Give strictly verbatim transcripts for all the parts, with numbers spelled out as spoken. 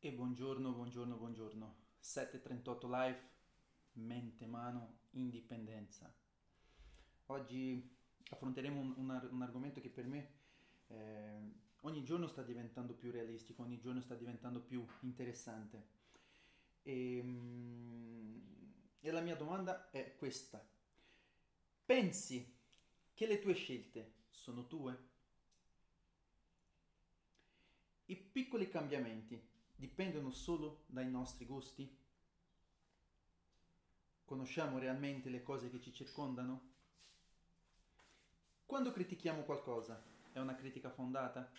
E buongiorno, buongiorno, buongiorno. sette e trentotto live, mente, mano, indipendenza. Oggi affronteremo un, un ar- un argomento che per me eh, ogni giorno sta diventando più realistico, ogni giorno sta diventando più interessante. E, mm, e la mia domanda è questa. Pensi che le tue scelte sono tue? I piccoli cambiamenti dipendono solo dai nostri gusti? Conosciamo realmente le cose che ci circondano? Quando critichiamo qualcosa, è una critica fondata?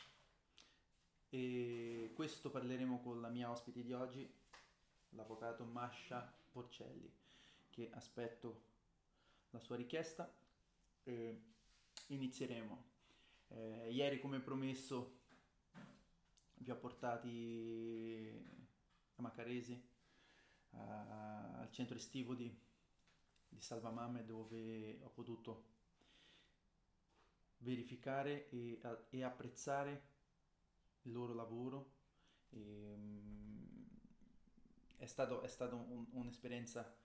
E questo parleremo con la mia ospite di oggi, l'avvocato Mascia Porcelli, che aspetto la sua richiesta e inizieremo. Eh, ieri, come promesso, vi ho portati a Macaresi, a- al centro estivo di, di Salvamame, dove ho potuto verificare e, a- e apprezzare il loro lavoro. E, mm, è stato, è stato un- un'esperienza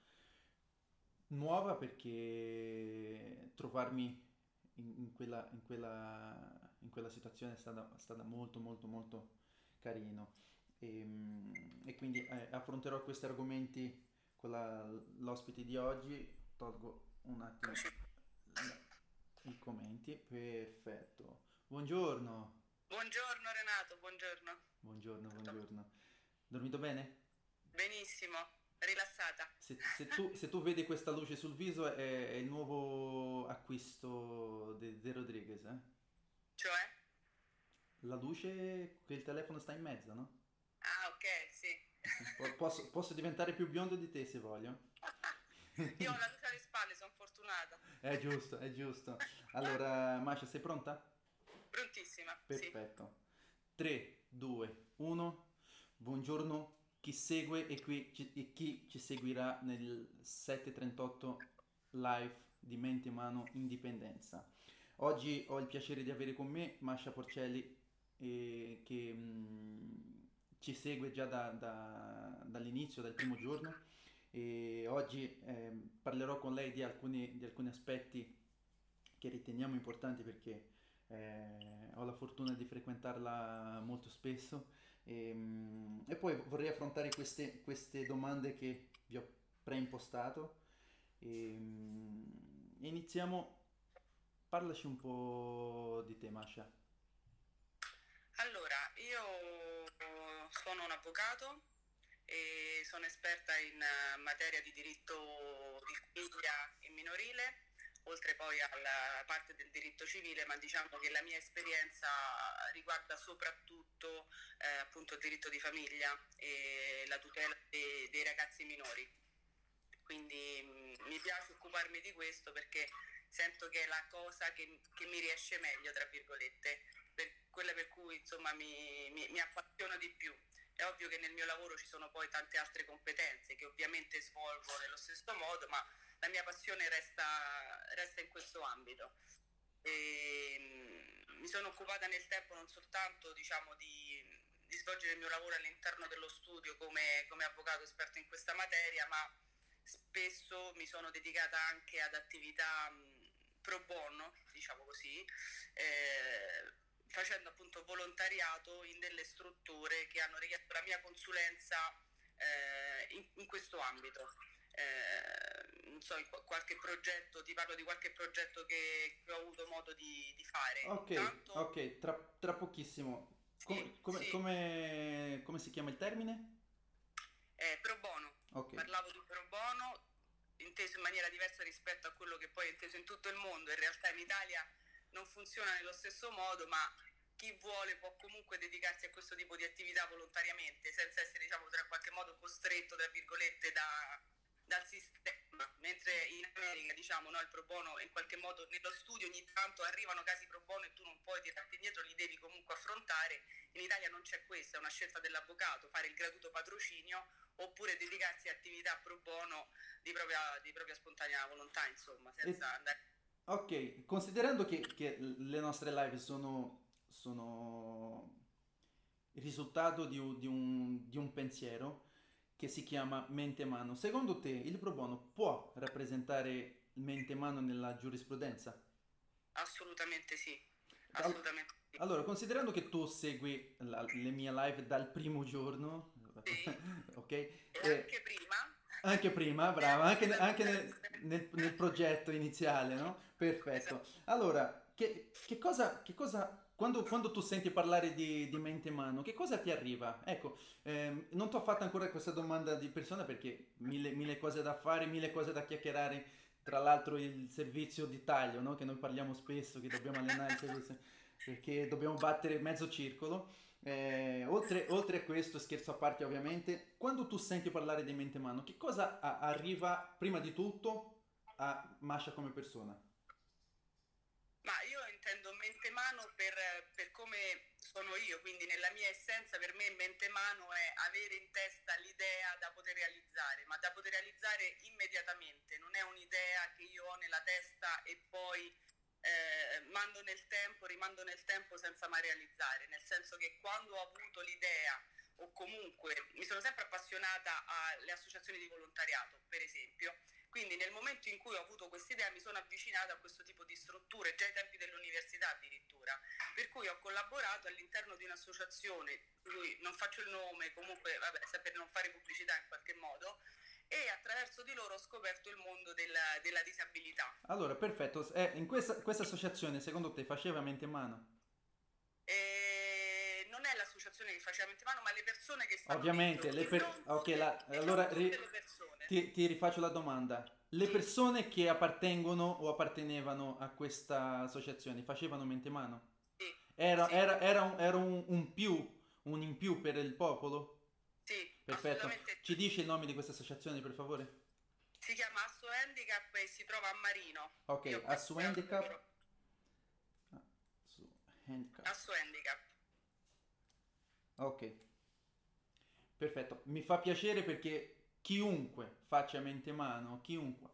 nuova perché trovarmi in, in quella, in quella, in quella situazione è stata, è stata molto molto molto carino. E, mm, e quindi eh, affronterò questi argomenti con la- l'ospite di oggi. Tolgo un attimo la- i commenti. Perfetto. Buongiorno. Buongiorno Renato, buongiorno. Buongiorno, Tutto buongiorno. Dormito bene? benissimo, rilassata. Se, se tu, se tu vedi questa luce sul viso è, è il nuovo acquisto di De Rodriguez, eh? Cioè? La luce che il telefono sta in mezzo, no? Ah, ok, sì. Po- Posso, posso diventare più biondo di te se voglio. Io ho la luce alle spalle, sono fortunata. È giusto, è giusto. Allora, Masha, sei pronta? Prontissima, sì. Perfetto. tre, due, uno. Buongiorno chi segue e, qui ci- e chi ci seguirà nel sette trentotto live di Mente Mano Indipendenza. Oggi ho il piacere di avere con me Masha Porcelli eh, che mh, ci segue già da- da- dall'inizio, dal primo giorno e oggi ehm, parlerò con lei di alcuni, di alcuni aspetti che riteniamo importanti perché eh, ho la fortuna di frequentarla molto spesso e, mm, e poi vorrei affrontare queste, queste domande che vi ho preimpostato e, mm, iniziamo. Parlaci un po' di te, Masha. Allora, io sono un avvocato e sono esperta in eh, materia di diritto di famiglia e minorile, oltre poi alla parte del diritto civile, ma diciamo che la mia esperienza riguarda soprattutto eh, appunto il diritto di famiglia e la tutela dei, dei ragazzi minori. Quindi mh, mi piace occuparmi di questo perché sento che è la cosa che, che mi riesce meglio, tra virgolette, per quella per cui insomma mi, mi, mi appassiona di più. È ovvio che nel mio lavoro ci sono poi tante altre competenze che ovviamente svolgo nello stesso modo, ma la mia passione resta, resta in questo ambito. E, mh, mi sono occupata nel tempo non soltanto diciamo, di, di svolgere il mio lavoro all'interno dello studio come, come avvocato esperto in questa materia, ma spesso mi sono dedicata anche ad attività mh, pro bono, diciamo così, eh, facendo appunto volontariato in delle strutture che hanno richiesto la mia consulenza eh, in, in questo ambito. Eh, non so, in qualche progetto, ti parlo di qualche progetto che, che ho avuto modo di, di fare. Ok, Intanto, ok, tra, tra pochissimo. sì, Come, come- sì, come- come si chiama il termine? eh, pro bono, Ok. parlavo di pro bono inteso in maniera diversa rispetto a quello che poi è inteso in tutto il mondo. In realtà in Italia non funziona nello stesso modo, ma chi vuole può comunque dedicarsi a questo tipo di attività volontariamente, senza essere, diciamo, tra qualche modo costretto, tra virgolette, da, dal sistema. Mentre in America, diciamo, no, il pro bono in qualche modo nello studio ogni tanto arrivano casi pro bono e tu non puoi tirarti indietro, li devi comunque affrontare. In Italia non c'è questo, è una scelta dell'avvocato, fare il gratuito patrocinio oppure dedicarsi a attività pro bono di propria, di propria spontanea volontà, insomma, E- senza andare. ok, considerando che, che le nostre live sono, sono il risultato di un, di un- di un pensiero che si chiama mente-mano. Secondo te il pro bono può rappresentare mente-mano nella giurisprudenza? Assolutamente sì, Al- assolutamente sì. Allora, considerando che tu segui la- le mie live dal primo giorno, Sì, ok? e E anche prima, anche prima, e brava, anche anche, ne- anche nel, nell'applicazione. nel- nel progetto iniziale, no? Perfetto. Esatto. Allora, che, che cosa, che cosa, quando, quando tu senti parlare di, di mente mano, che cosa ti arriva? Ecco, ehm, non ti ho fatto ancora questa domanda di persona perché mille, mille cose da fare, mille cose da chiacchierare. Tra l'altro il servizio di taglio, no? Che noi parliamo spesso, che dobbiamo allenare il servizio, perché dobbiamo battere mezzo circolo. Eh, oltre, oltre a questo, scherzo a parte ovviamente, quando tu senti parlare di mente mano, che cosa a- arriva prima di tutto a Masha come persona? Ma io intendo mente mano per, per come sono io, quindi nella mia essenza per me mente mano è avere in testa l'idea da poter realizzare, ma da poter realizzare immediatamente, non è un'idea che io ho nella testa e poi eh, mando nel tempo, rimando nel tempo senza mai realizzare, nel senso che quando ho avuto l'idea o comunque mi sono sempre appassionata alle associazioni di volontariato, per esempio, quindi nel momento in cui ho avuto questa idea mi sono avvicinata a questo tipo di strutture, già ai tempi dell'università addirittura, per cui ho collaborato all'interno di un'associazione, di cui non faccio il nome, comunque vabbè, per non fare pubblicità in qualche modo, e attraverso di loro ho scoperto il mondo della, della disabilità. Allora, perfetto. Eh, in questa, questa associazione, secondo te, faceva mente mano? E non è l'associazione che faceva mente mano, ma le persone che stanno dentro Ovviamente, le e per... non ok, tutte, la- e non allora tutte ri- le persone. ti, ti rifaccio la domanda. Le Mm, persone che appartengono o appartenevano a questa associazione facevano mente mano? sì, Era, sì, era- era un, era un- un più, un in più per il popolo? sì, Perfetto. assolutamente Ci sì. dici il nome di questa associazione, per favore? Si chiama Asso Handicap e si trova a Marino. Io Ok, ho Assu collaborato con Handicap. loro. Assu Handicap. Asso Handicap. Ok, perfetto. Mi fa piacere perché chiunque faccia mente mano, chiunque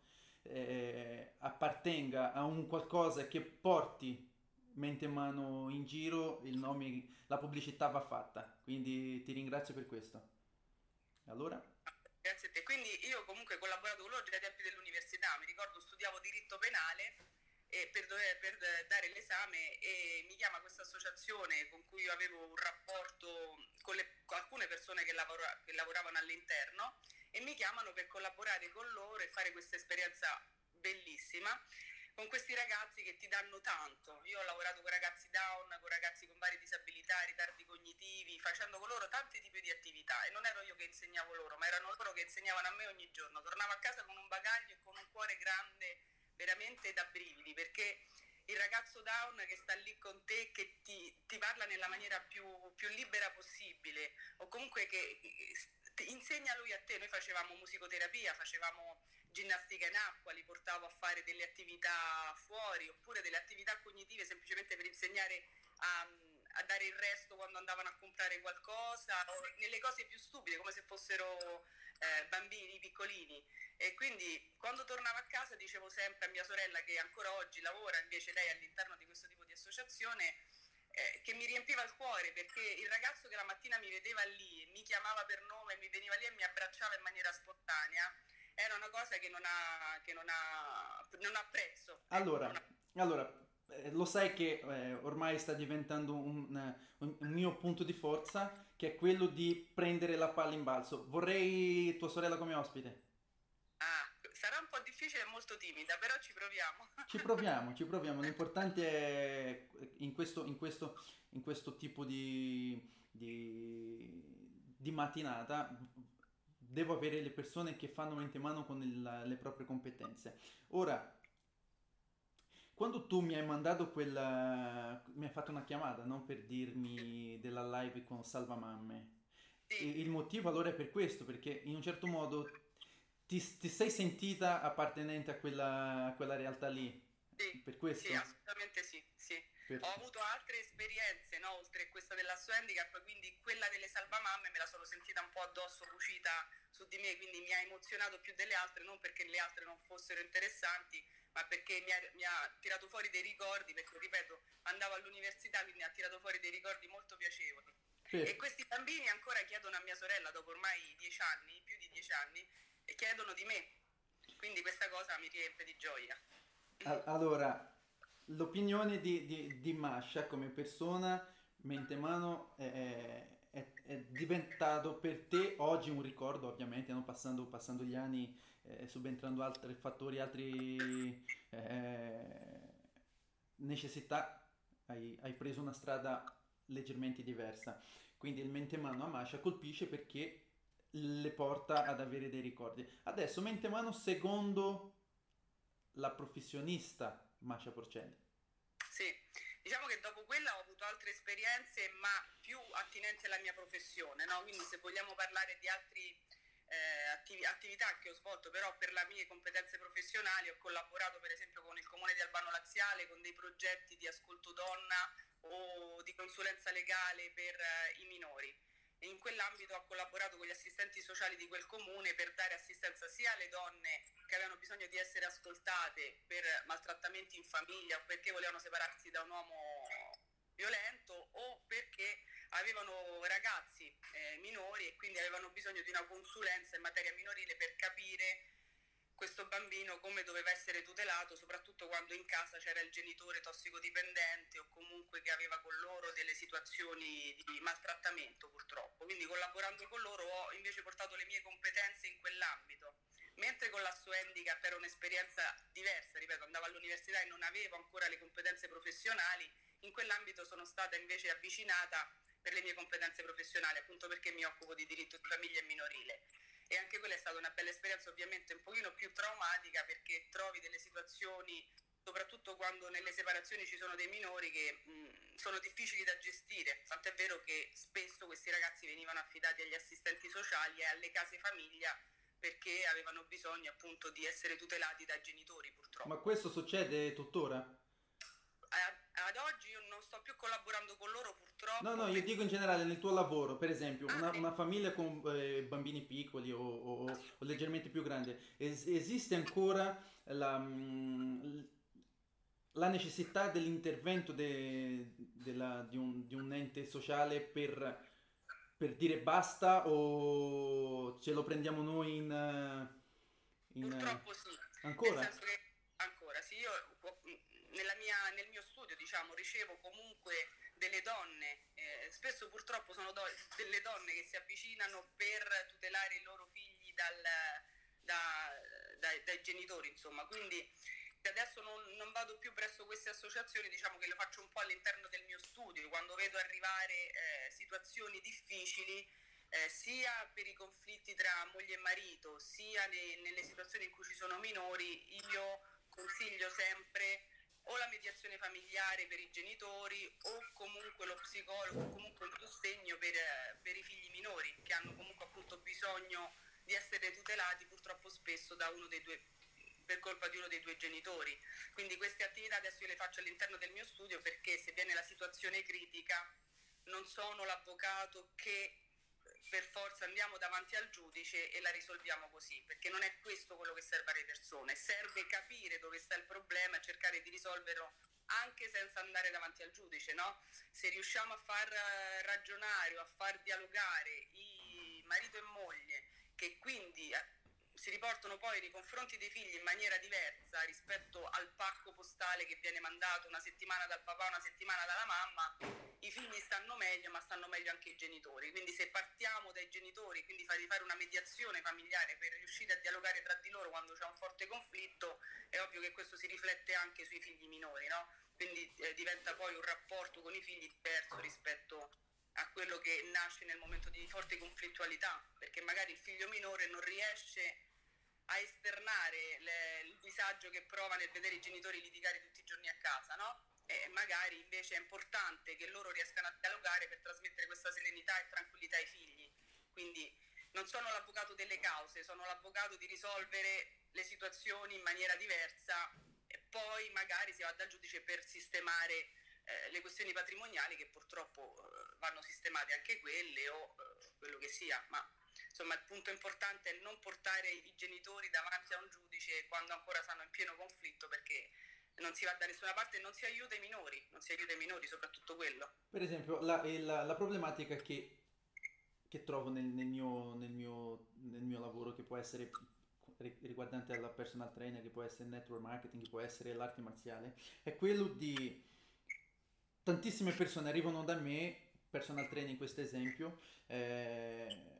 eh, appartenga a un qualcosa che porti mente mano in giro, il nome, la pubblicità va fatta. Quindi ti ringrazio per questo. Allora? Grazie a te. Quindi io comunque ho collaborato con loro già ai tempi dell'università, mi ricordo studiavo diritto penale e per, dover, per dare l'esame e mi chiama questa associazione con cui io avevo un rapporto con, le, con alcune persone che, lavora, che lavoravano all'interno e mi chiamano per collaborare con loro e fare questa esperienza bellissima con questi ragazzi che ti danno tanto. Io ho lavorato con ragazzi down, con ragazzi con varie disabilità, ritardi cognitivi, facendo con loro tanti tipi di attività e non ero io che insegnavo loro, ma erano loro che insegnavano a me ogni giorno. Tornavo a casa con un bagaglio e con un cuore grande veramente da brividi, perché il ragazzo down che sta lì con te, che ti, ti parla nella maniera più, più libera possibile, o comunque che ti insegna lui a te. Noi facevamo musicoterapia, facevamo ginnastica in acqua, li portavo a fare delle attività fuori, oppure delle attività cognitive semplicemente per insegnare a, a dare il resto quando andavano a comprare qualcosa, o nelle cose più stupide, come se fossero eh, bambini piccolini. E quindi quando tornavo a casa dicevo sempre a mia sorella, che ancora oggi lavora invece lei all'interno di questo tipo di associazione, eh, che mi riempiva il cuore, perché il ragazzo che la mattina mi vedeva lì, mi chiamava per nome, mi veniva lì e mi abbracciava in maniera spontanea, era una cosa che non ha, che non ha, non ha prezzo. Ecco, non Allora, ha... allora eh, lo sai che eh, ormai sta diventando un, eh, un- un mio punto di forza, che è quello di prendere la palla in balzo. Vorrei tua sorella come ospite. Ah, sarà un po' difficile e molto timida, però ci proviamo. Ci proviamo, ci proviamo. L'importante è in questo, in questo, in questo tipo di, di, di mattinata devo avere le persone che fanno mente in mano con il- le proprie competenze. Ora, quando tu mi hai mandato quella, mi hai fatto una chiamata, no? Per dirmi della live con Salvamamme. E Sì, il motivo allora è per questo, perché in un certo modo ti, ti sei sentita appartenente a quella, a quella realtà lì. sì, Per sì, questo? assolutamente sì, sì. Ho Per- avuto altre esperienze, no, oltre a questa dell'Asso Handicap, quindi quella delle salvamamme me la sono sentita un po' addosso, cucita su di me, quindi mi ha emozionato più delle altre, non perché le altre non fossero interessanti, ma perché mi ha, mi ha tirato fuori dei ricordi, perché ripeto, andavo all'università, quindi ha tirato fuori dei ricordi molto piacevoli. E Per- questi bambini ancora chiedono a mia sorella, dopo ormai dieci anni, più di dieci anni, e chiedono di me. Quindi questa cosa mi riempie di gioia. a- allora, l'opinione di, di, di Masha come persona, mente mano, è, è- è diventato per te oggi un ricordo, ovviamente, no? Passando, passando gli anni, eh, subentrando altri fattori, altri eh, necessità, hai, hai preso una strada leggermente diversa. Quindi il mente mano a Masha colpisce perché le porta ad avere dei ricordi. Adesso, mente mano, secondo la professionista Masha Porcelli. Sì, diciamo che dopo quella ho avuto altre esperienze, ma più attinenti alla mia professione, no? Quindi se vogliamo parlare di altri eh, attivi- attività che ho svolto, però per le mie competenze professionali ho collaborato per esempio con il Comune di Albano Laziale con dei progetti di ascolto donna o di consulenza legale per eh, i minori. E in quell'ambito ho collaborato con gli assistenti sociali di quel comune per dare assistenza sia alle donne che avevano bisogno di essere ascoltate per maltrattamenti in famiglia o perché volevano separarsi da un uomo violento o perché avevano ragazzi eh, minori e quindi avevano bisogno di una consulenza in materia minorile per capire questo bambino come doveva essere tutelato, soprattutto quando in casa c'era il genitore tossicodipendente o comunque che aveva con loro delle situazioni di maltrattamento purtroppo. Quindi collaborando con loro ho invece portato le mie competenze in quell'ambito. Mentre con l'Asso Handicap era un'esperienza diversa, ripeto, andavo all'università e non avevo ancora le competenze professionali, in quell'ambito sono stata invece avvicinata per le mie competenze professionali, appunto perché mi occupo di diritto di famiglia e minorile. E anche quella è stata una bella esperienza, ovviamente un pochino più traumatica perché trovi delle situazioni, soprattutto quando nelle separazioni ci sono dei minori che mh, sono difficili da gestire, tant'è vero che spesso questi ragazzi venivano affidati agli assistenti sociali e alle case famiglia perché avevano bisogno appunto di essere tutelati dai genitori Ma purtroppo. questo succede tuttora? A- ad oggi io non sto più collaborando con loro No, no, purtroppo io perché... dico in generale nel tuo lavoro, per esempio, Ah una, sì, una famiglia con eh, bambini piccoli o, o- o leggermente più grandi, es- esiste ancora la, mm, la necessità dell'intervento de- della- di un, di un ente sociale per, per dire basta o ce lo prendiamo noi in, eh, in, eh, purtroppo sì, nel ancora? senso che ancora sì, io nella mia, nel mio studio diciamo ricevo comunque delle donne, eh, spesso purtroppo sono do- delle donne che si avvicinano per tutelare i loro figli dal, da- dai, dai genitori, insomma, quindi adesso non, non vado più presso queste associazioni, diciamo che lo faccio un po' all'interno del mio studio, quando vedo arrivare eh, situazioni difficili, eh, sia per i conflitti tra moglie e marito, sia ne- nelle situazioni in cui ci sono minori, io consiglio sempre o la mediazione familiare per i genitori o comunque lo psicologo o comunque un sostegno per, eh, per i figli minori che hanno comunque appunto bisogno di essere tutelati purtroppo spesso da uno dei due per colpa di uno dei due genitori. Quindi queste attività adesso io le faccio all'interno del mio studio perché se viene la situazione critica non sono l'avvocato che per forza andiamo davanti al giudice e la risolviamo così, perché non è questo quello che serve alle persone, serve capire dove sta il problema e cercare di risolverlo anche senza andare davanti al giudice, no? Se riusciamo a far ragionare o a far dialogare i marito e moglie, che quindi si riportano poi nei confronti dei figli in maniera diversa rispetto al pacco postale che viene mandato una settimana dal papà, una settimana dalla mamma, i figli stanno meglio, ma stanno meglio anche i genitori. Quindi se partiamo dai genitori, quindi fare fare una mediazione familiare per riuscire a dialogare tra di loro quando c'è un forte conflitto, è ovvio che questo si riflette anche sui figli minori, no? Quindi eh, diventa poi un rapporto con i figli diverso rispetto a quello che nasce nel momento di forte conflittualità, perché magari il figlio minore non riesce a esternare le, il disagio che prova nel vedere i genitori litigare tutti i giorni a casa, no? E magari invece è importante che loro riescano a dialogare per trasmettere questa serenità e tranquillità ai figli. Quindi non sono l'avvocato delle cause, sono l'avvocato di risolvere le situazioni in maniera diversa e poi magari si va dal giudice per sistemare eh, le questioni patrimoniali che purtroppo eh, vanno sistemate anche quelle o eh, quello che sia, ma insomma il punto importante è non portare i genitori davanti a un giudice quando ancora stanno in pieno conflitto perché non si va da nessuna parte e non si aiuta i minori, non si aiuta i minori, soprattutto quello. Per esempio, la, e la, la problematica che, che trovo nel, nel mio, nel, mio, nel mio lavoro, che può essere ri- riguardante alla personal trainer, che può essere network marketing, che può essere l'arte marziale, è quello di tantissime persone arrivano da me, personal trainer in questo esempio, eh,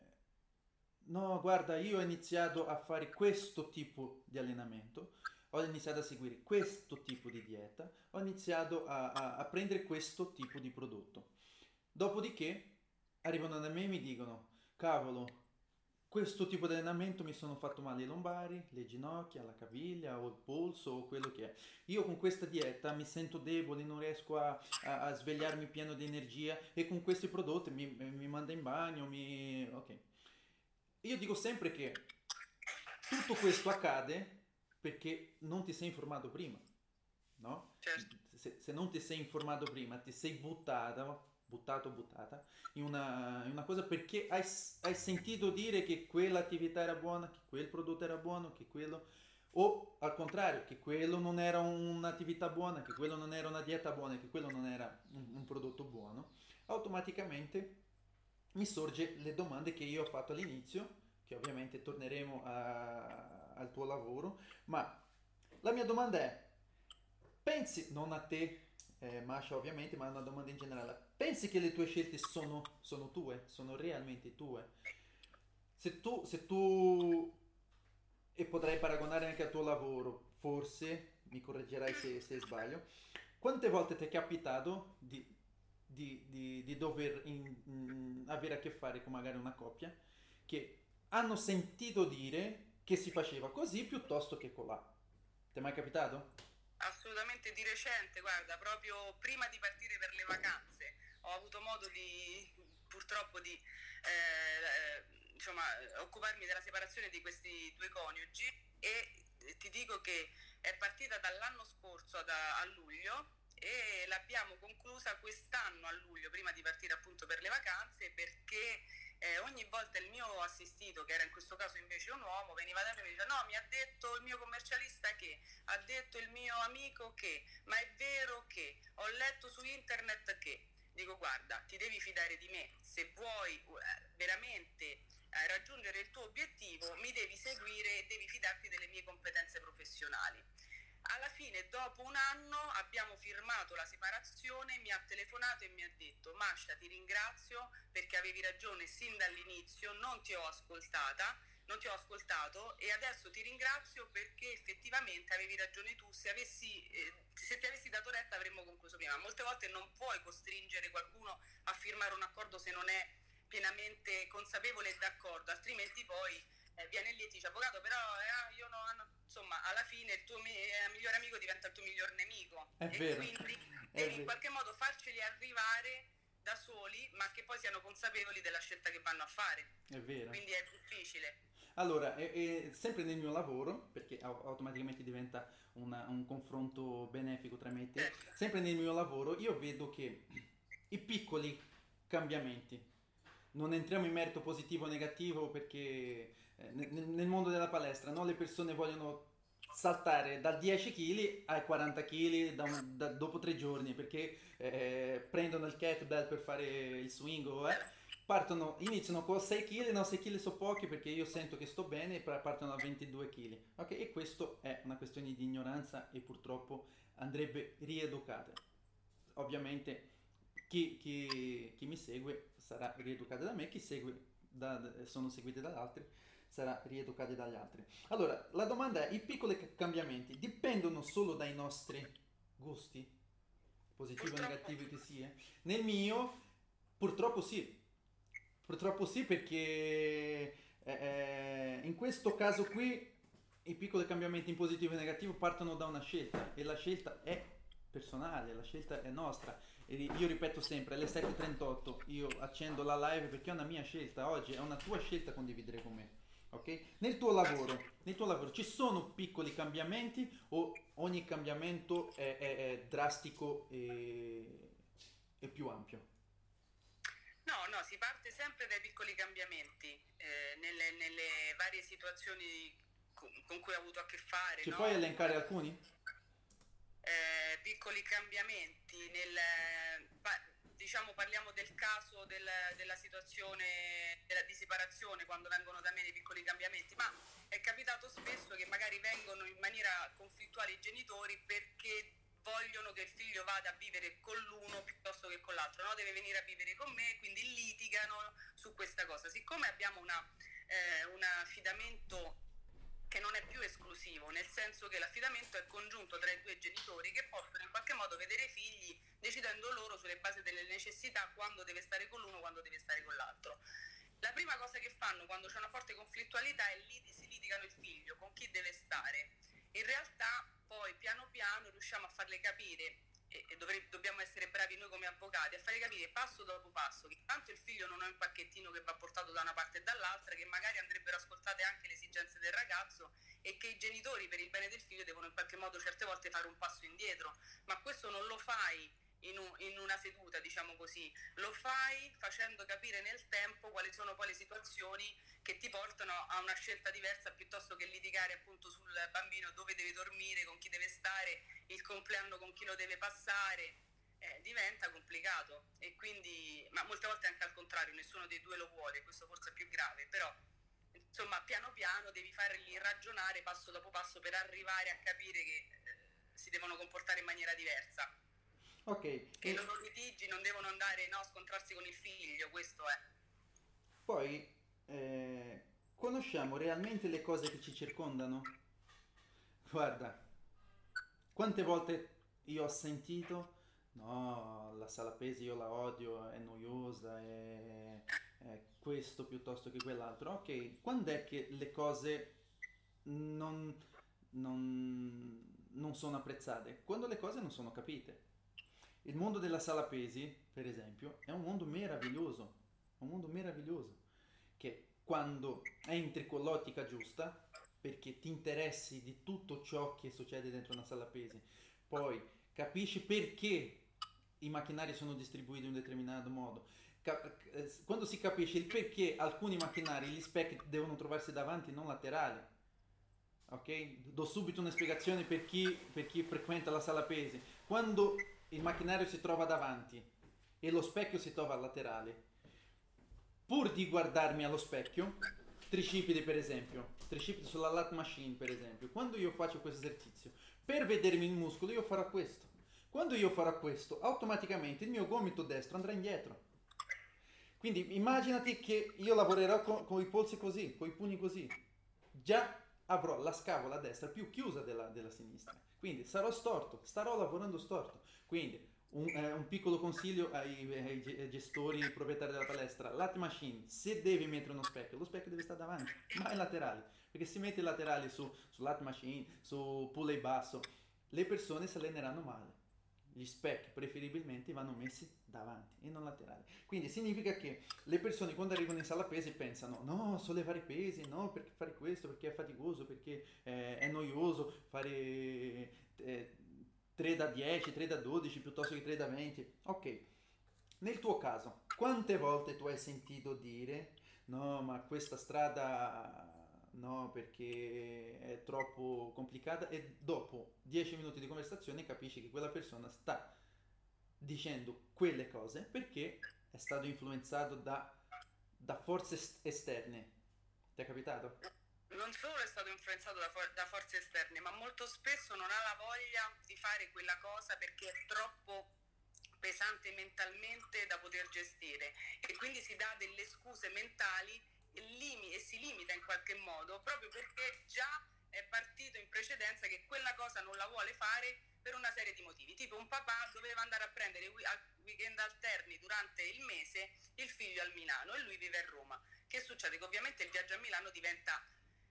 no, guarda, io ho iniziato a fare questo tipo di allenamento, ho iniziato a seguire questo tipo di dieta, ho iniziato a, a- a prendere questo tipo di prodotto. Dopodiché arrivano da me e mi dicono, cavolo, questo tipo di allenamento mi sono fatto male ai lombari, le ginocchia, la caviglia o il polso o quello che è. Io con questa dieta mi sento debole, non riesco a, a- a svegliarmi pieno di energia e con questi prodotti mi, mi manda in bagno, mi... Ok. Io dico sempre che tutto questo accade perché non ti sei informato prima, no? Certo. Se, se non ti sei informato prima, ti sei buttata, buttato, buttata in una, in una cosa perché hai, hai sentito dire che quell'attività era buona, che quel prodotto era buono, che quello... O al contrario, che quello non era un'attività buona, che quello non era una dieta buona, che quello non era un, un prodotto buono, automaticamente mi sorge le domande che io ho fatto all'inizio, che ovviamente torneremo a- al tuo lavoro, ma la mia domanda è, pensi, non a te, eh, Masha ovviamente, ma è una domanda in generale, pensi che le tue scelte sono, sono tue, sono realmente tue? Se tu, se tu, e potrei paragonare anche al tuo lavoro, forse, mi correggerai se, se sbaglio, quante volte ti è capitato di, di- di- di dover in- in- avere a che fare con magari una coppia che hanno sentito dire che si faceva così piuttosto che colà? Ti è mai capitato? Assolutamente di recente, guarda, proprio prima di partire per le vacanze ho avuto modo di, purtroppo, di eh, insomma, occuparmi della separazione di questi due coniugi e ti dico che è partita dall'anno scorso ad- a luglio e l'abbiamo conclusa quest'anno a luglio, prima di partire appunto per le vacanze, perché eh, ogni volta il mio assistito, che era in questo caso invece un uomo, veniva da me e mi diceva no, mi ha detto il mio commercialista che, ha detto il mio amico che, ma è vero che, ho letto su internet che, dico guarda, ti devi fidare di me, se vuoi eh, veramente eh, raggiungere il tuo obiettivo mi devi seguire e devi fidarti delle mie competenze professionali. Alla fine, dopo un anno, abbiamo firmato la separazione, mi ha telefonato e mi ha detto Masha, ti ringrazio perché avevi ragione sin dall'inizio, non ti ho ascoltata, non ti ho ascoltato e adesso ti ringrazio perché effettivamente avevi ragione tu, se, avessi, eh, se ti avessi dato retta avremmo concluso prima. Molte volte non puoi costringere qualcuno a firmare un accordo se non è pienamente consapevole e d'accordo, altrimenti poi eh, viene lì e ti dice avvocato però eh, io no, no, insomma alla fine il tuo mi- eh, migliore amico diventa il tuo miglior nemico È e vero, quindi è devi in vero, qualche modo farceli arrivare da soli ma che poi siano consapevoli della scelta che vanno a fare, è vero. quindi è difficile. Allora, e- e sempre nel mio lavoro, perché au- automaticamente diventa una- un confronto benefico tra me e te, Certo. sempre nel mio lavoro io vedo che i piccoli cambiamenti, non entriamo in merito positivo o negativo perché eh, nel, nel mondo della palestra, no, le persone vogliono saltare dal dieci chili ai quaranta chili da un- da- dopo tre giorni perché eh, prendono il kettlebell per fare il swing o eh, partono, iniziano con sei chili, no, sei chili sono pochi perché io sento che sto bene e pa- partono a ventidue chili. Ok, e questo è una questione di ignoranza e purtroppo andrebbe rieducata. Ovviamente chi, chi- chi mi segue sarà rieducato da me, chi segue da- da- sono seguiti dagli altri sarà rieducato dagli altri. Allora, la domanda è, i piccoli ca- cambiamenti dipendono solo dai nostri gusti, positivi o Purtroppo negativi che sia? Nel mio, purtroppo sì, purtroppo sì perché eh, eh, in questo caso qui i piccoli cambiamenti in positivo e negativo partono da una scelta e la scelta è personale, la scelta è nostra. E io ripeto sempre, alle sette e trentotto io accendo la live perché è una mia scelta oggi, è una tua scelta condividere con me. Ok? Nel tuo lavoro, nel tuo lavoro ci sono piccoli cambiamenti o ogni cambiamento è, è- è drastico e, e più ampio? no, no, si parte sempre dai piccoli cambiamenti eh, nelle, nelle varie situazioni con, con cui ho avuto a che fare, Ci puoi no? elencare alcuni? eh, piccoli cambiamenti nel, pa- diciamo parliamo del caso del- della situazione della, di separazione, quando vengono da me dei piccoli cambiamenti, ma è capitato spesso che magari vengono in maniera conflittuale i genitori perché vogliono che il figlio vada a vivere con l'uno piuttosto che con l'altro, no? Deve venire a vivere con me, quindi litigano su questa cosa. Siccome abbiamo una, eh, un affidamento che non è più esclusivo, nel senso che l'affidamento è congiunto tra i due genitori che possono in qualche modo vedere i figli decidendo loro sulle basi delle necessità quando deve stare con l'uno, quando deve stare con l'altro. La prima cosa che fanno quando c'è una forte conflittualità è liti, si litigano il figlio, con chi deve stare. In realtà poi piano piano riusciamo a farle capire, e, e dovre- dobbiamo essere bravi noi come avvocati, a fare capire passo dopo passo che tanto il figlio non è un pacchettino che va portato da una parte e dall'altra, che magari andrebbero ascoltate anche le esigenze del ragazzo e che i genitori per il bene del figlio devono in qualche modo certe volte fare un passo indietro, ma questo non lo fai in, un, in una seduta, diciamo così, lo fai facendo capire nel tempo quali sono poi le situazioni che ti portano a una scelta diversa, piuttosto che litigare appunto sul bambino, dove deve dormire, con chi deve stare, il compleanno con chi lo deve passare. Eh, diventa complicato, e quindi, ma molte volte anche al contrario, nessuno dei due lo vuole, questo forse è più grave, però insomma piano piano devi farli ragionare passo dopo passo per arrivare a capire che eh, si devono comportare in maniera diversa. Ok, Che i e loro litigi non devono andare, no, a scontrarsi con il figlio, questo è. poi eh, conosciamo realmente le cose che ci circondano? Guarda, quante volte io ho sentito, no, la sala pesi io la odio, è noiosa, è, è questo piuttosto che quell'altro. Ok, quando è che le cose non, non, non sono apprezzate? Quando le cose non sono capite. Il mondo della sala pesi, per esempio, è un mondo meraviglioso, un mondo meraviglioso, che quando entri con l'ottica giusta, perché ti interessi di tutto ciò che succede dentro una sala pesi, poi capisci perché i macchinari sono distribuiti in un determinato modo. Ca- eh, quando si capisce il perché alcuni macchinari, gli specchi devono trovarsi davanti, non laterali, ok? Do subito una spiegazione per chi, per chi frequenta la sala pesi. Quando il macchinario si trova davanti e lo specchio si trova laterale, pur di guardarmi allo specchio, tricipiti per esempio, tricipiti sulla lat machine per esempio, quando io faccio questo esercizio, per vedermi il muscolo io farò questo. Quando io farò questo, automaticamente il mio gomito destro andrà indietro. Quindi immaginati che io lavorerò con, con i polsi così, con i pugni così. Già avrò la scavola destra più chiusa della, della sinistra. Quindi sarò storto, starò lavorando storto. Quindi un, eh, un piccolo consiglio ai, ai gestori, ai proprietari della palestra: lat machine, se devi mettere uno specchio, lo specchio deve stare davanti, mai laterali. Perché se metti laterali su, su lat machine, su pulley basso, le persone si alleneranno male. Gli specchi preferibilmente vanno messi davanti e non laterali. Quindi significa che le persone quando arrivano in sala pesi pensano: no, sollevare i pesi, no, perché fare questo, perché è faticoso, perché eh, è noioso fare eh, tre da dieci, tre da dodici piuttosto che tre da venti. Ok, nel tuo caso, quante volte tu hai sentito dire: no, ma questa strada no, perché è troppo complicata, e dopo dieci minuti di conversazione capisci che quella persona sta dicendo quelle cose perché è stato influenzato da, da forze est- esterne. Ti è capitato? Non solo è stato influenzato da, for- da forze esterne, ma molto spesso non ha la voglia di fare quella cosa perché è troppo pesante mentalmente da poter gestire, e quindi si dà delle scuse mentali e, limi- e si limita in qualche modo proprio perché già è partito in precedenza che quella cosa non la vuole fare per una serie di motivi. Tipo, un papà doveva andare a prendere wi- a weekend alterni durante il mese il figlio al Milano e lui vive a Roma. Che succede? Che ovviamente il viaggio a Milano diventa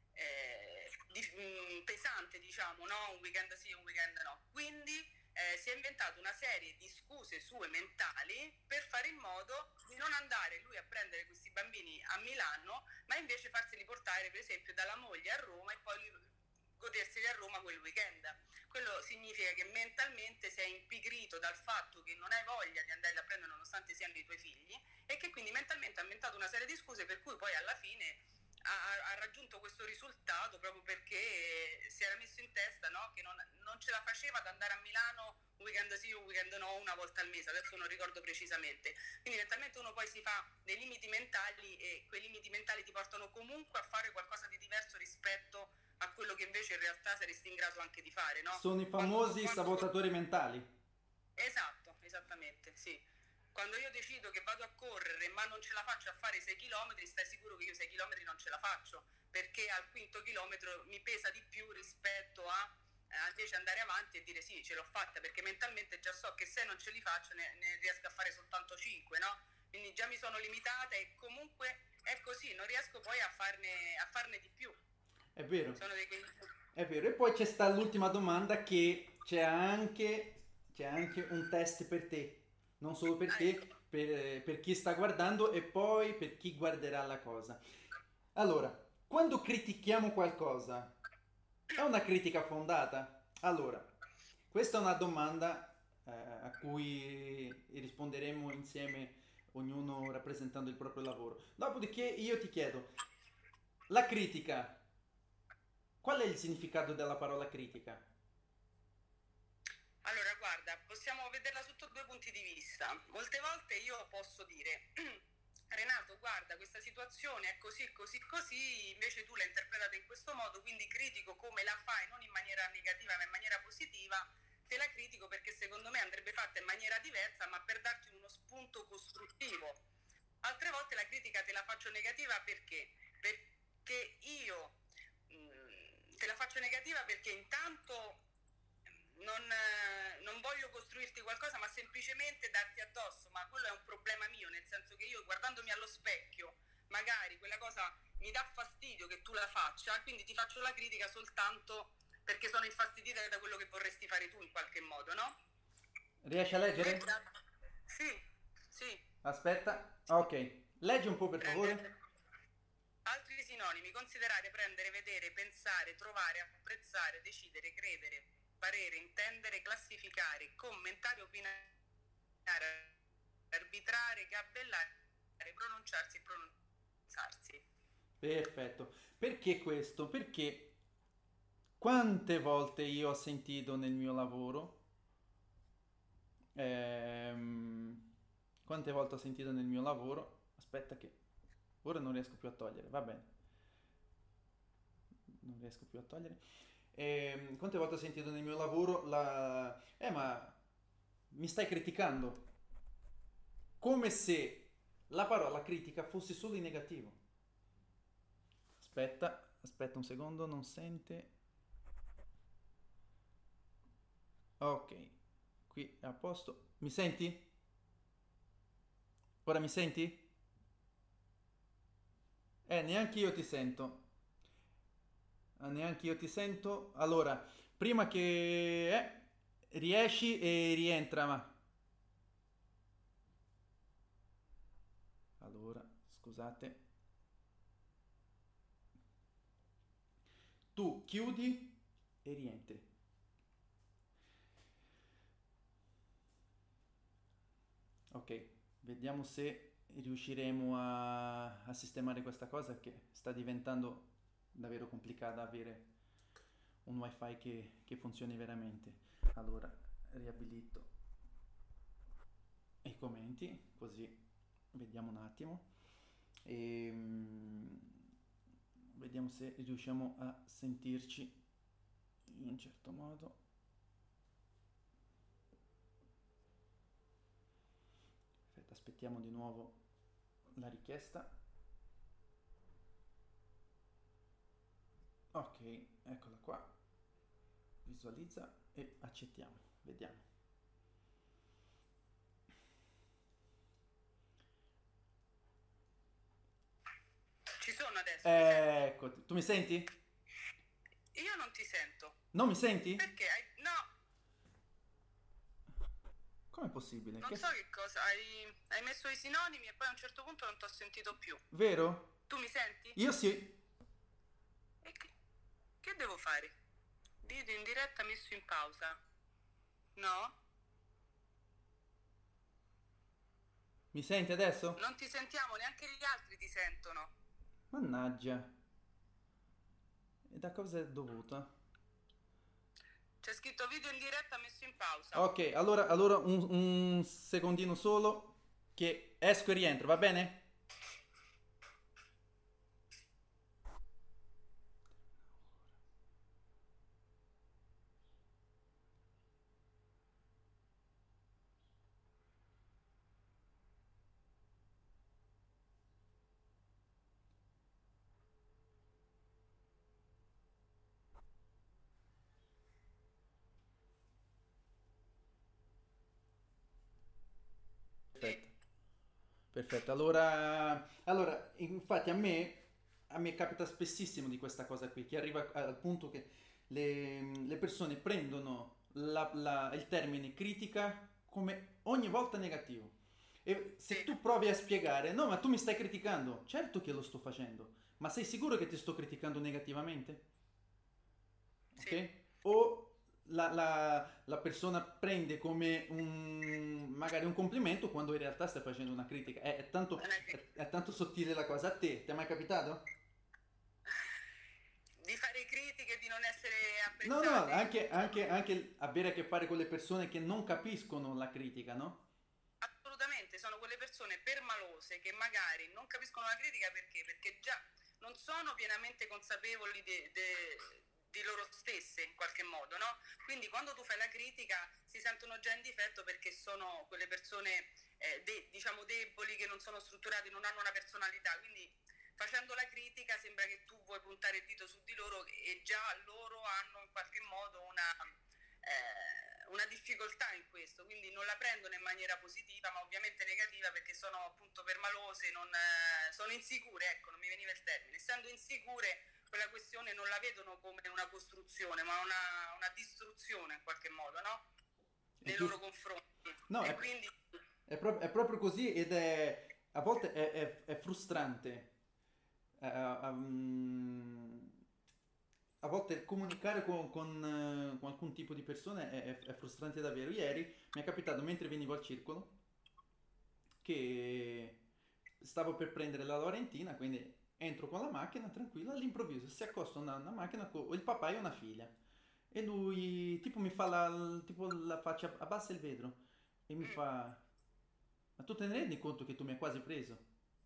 eh, di, mh, pesante, diciamo, no? Un weekend sì, un weekend no. Quindi eh, si è inventato una serie di scuse sue mentali per fare in modo di non andare lui a prendere questi bambini a Milano, ma invece farseli portare per esempio dalla moglie a Roma e poi lui goderseli a Roma quel weekend. Quello significa che mentalmente sei impigrito dal fatto che non hai voglia di andare a prendere nonostante siano i tuoi figli, e che quindi mentalmente ha inventato una serie di scuse per cui poi alla fine ha, ha raggiunto questo risultato proprio perché si era messo in testa, no, che non, non, ce la faceva ad andare a Milano un weekend sì, un weekend no, una volta al mese, adesso non ricordo precisamente. Quindi mentalmente uno poi si fa dei limiti mentali e quei limiti mentali ti portano comunque a fare qualcosa di diverso rispetto a quello che invece in realtà saresti in grado anche di fare, no? Sono i Quando, famosi quando... sabotatori mentali. Esatto, esattamente, sì. Quando io decido che vado a correre ma non ce la faccio a fare sei chilometri, stai sicuro che io sei chilometri non ce la faccio, perché al quinto chilometro mi pesa di più rispetto a eh, invece andare avanti e dire sì, ce l'ho fatta, perché mentalmente già so che se non ce li faccio ne, ne riesco a fare soltanto cinque, no? Quindi già mi sono limitata e comunque è così, non riesco poi a farne, a farne di più. È vero. Sono dei... È vero. E poi c'è sta l'ultima domanda che c'è anche, c'è anche un test per te. Non solo per Ah, te, ecco. per, per chi sta guardando e poi per chi guarderà la cosa. Allora, quando critichiamo qualcosa, è una critica fondata? Allora, questa è una domanda eh, a cui risponderemo insieme, ognuno rappresentando il proprio lavoro. Dopodiché io ti chiedo, la critica, qual è il significato della parola critica? Allora, guarda, possiamo vederla sotto due punti di vista. Molte volte io posso dire, Renato, guarda, questa situazione è così, così, così, invece tu l'hai interpretata in questo modo, quindi critico come la fai, non in maniera negativa, ma in maniera positiva, te la critico perché secondo me andrebbe fatta in maniera diversa, ma per darti uno spunto costruttivo. Altre volte la critica te la faccio negativa perché? Perché io mh, te la faccio negativa perché intanto non, eh, non voglio costruirti qualcosa, ma semplicemente darti addosso, ma quello è un problema mio, nel senso che io guardandomi allo specchio, magari quella cosa mi dà fastidio che tu la faccia, quindi ti faccio la critica soltanto perché sono infastidita da quello che vorresti fare tu in qualche modo, no? Riesci a leggere? Sì, sì. Aspetta, ok. Leggi un po' per favore. Prendere. Altri sinonimi: considerare, prendere, vedere, pensare, trovare, apprezzare, decidere, credere, parere, intendere, classificare, commentare, opinare, arbitrare, gabellare, pronunciarsi, pronunciarsi. Perfetto. Perché questo? Perché quante volte io ho sentito nel mio lavoro, ehm, quante volte ho sentito nel mio lavoro, aspetta che ora non riesco più a togliere, va bene, non riesco più a togliere. Ehm, quante volte ho sentito nel mio lavoro la... Eh, ma mi stai criticando? Come se la parola critica fosse solo in negativo. Aspetta, aspetta un secondo, non sente. Ok, qui è a posto. Mi senti? Ora mi senti? Eh, neanche io ti sento. Ah, neanche io ti sento. Allora, prima che... Eh, riesci e rientra, ma... Allora, scusate. Tu chiudi e rientri. Ok, vediamo se riusciremo a, a sistemare questa cosa che sta diventando davvero complicata avere un wifi che, che funzioni veramente. Allora, riabilito i commenti, così vediamo un attimo e mm, vediamo se riusciamo a sentirci in un certo modo. Aspetta, aspettiamo di nuovo la richiesta. Ok, eccola qua. Visualizza e accettiamo. Vediamo. Ci sono adesso? Ecco, tu mi senti? Io non ti sento. Non mi senti? Perché? Hai... No, Com'è possibile? non Che... so che cosa. Hai... hai messo i sinonimi e poi a un certo punto non ti ho sentito più. Vero? Tu mi senti? Io sì. E che... che devo fare? Video in diretta messo in pausa. No? Mi senti adesso? Non ti sentiamo, neanche gli altri ti sentono. Mannaggia. E da cosa è dovuta? C'è scritto video in diretta messo in pausa. Ok, allora, allora un, un secondino solo che esco e rientro, va bene? Perfetto. Perfetto, allora, allora, infatti a me, a me capita spessissimo di questa cosa qui, che arriva al punto che le, le persone prendono la- la- il termine critica come ogni volta negativo. E Sì, se tu provi a spiegare, no, ma tu mi stai criticando, certo che lo sto facendo, ma sei sicuro che ti sto criticando negativamente? sì, Ok? O la, la- la persona prende come un, magari un complimento quando in realtà stai facendo una critica. È, è tanto, non è è, che- è tanto sottile la cosa. A te, ti è mai capitato? di fare critiche e di non essere No, no, apprezzate. anche, anche, anche avere a che fare con le persone che non capiscono la critica, no? Assolutamente, sono quelle persone permalose che magari non capiscono la critica perché? Perché già non sono pienamente consapevoli de- de- di loro stesse in qualche modo, no? Quindi quando tu fai la critica si sentono già in difetto perché sono quelle persone eh, de- diciamo deboli, che non sono strutturate, non hanno una personalità, quindi facendo la critica sembra che tu vuoi puntare il dito su di loro e già loro hanno in qualche modo una, eh, una difficoltà in questo, quindi non la prendono in maniera positiva, ma ovviamente negativa perché sono appunto permalose, non, eh, sono insicure, ecco, non mi veniva il termine. Essendo insicure, quella questione non la vedono come una costruzione, ma una, una distruzione in qualche modo, no? È Nei giusto. loro confronti. No, E è, quindi è pro- è proprio così ed è a volte è, è- è frustrante. Eh, um, a volte comunicare con, con, eh, con alcun tipo di persone è, è- è frustrante davvero. Ieri mi è capitato mentre venivo al circolo che stavo per prendere la Laurentina, quindi entro con la macchina tranquilla, all'improvviso si accosta una, una macchina con il papà e una figlia. E lui tipo mi fa la, tipo la faccia, abbassa il vetro e mi mm, fa, ma tu te ne rendi conto che tu mi hai quasi preso?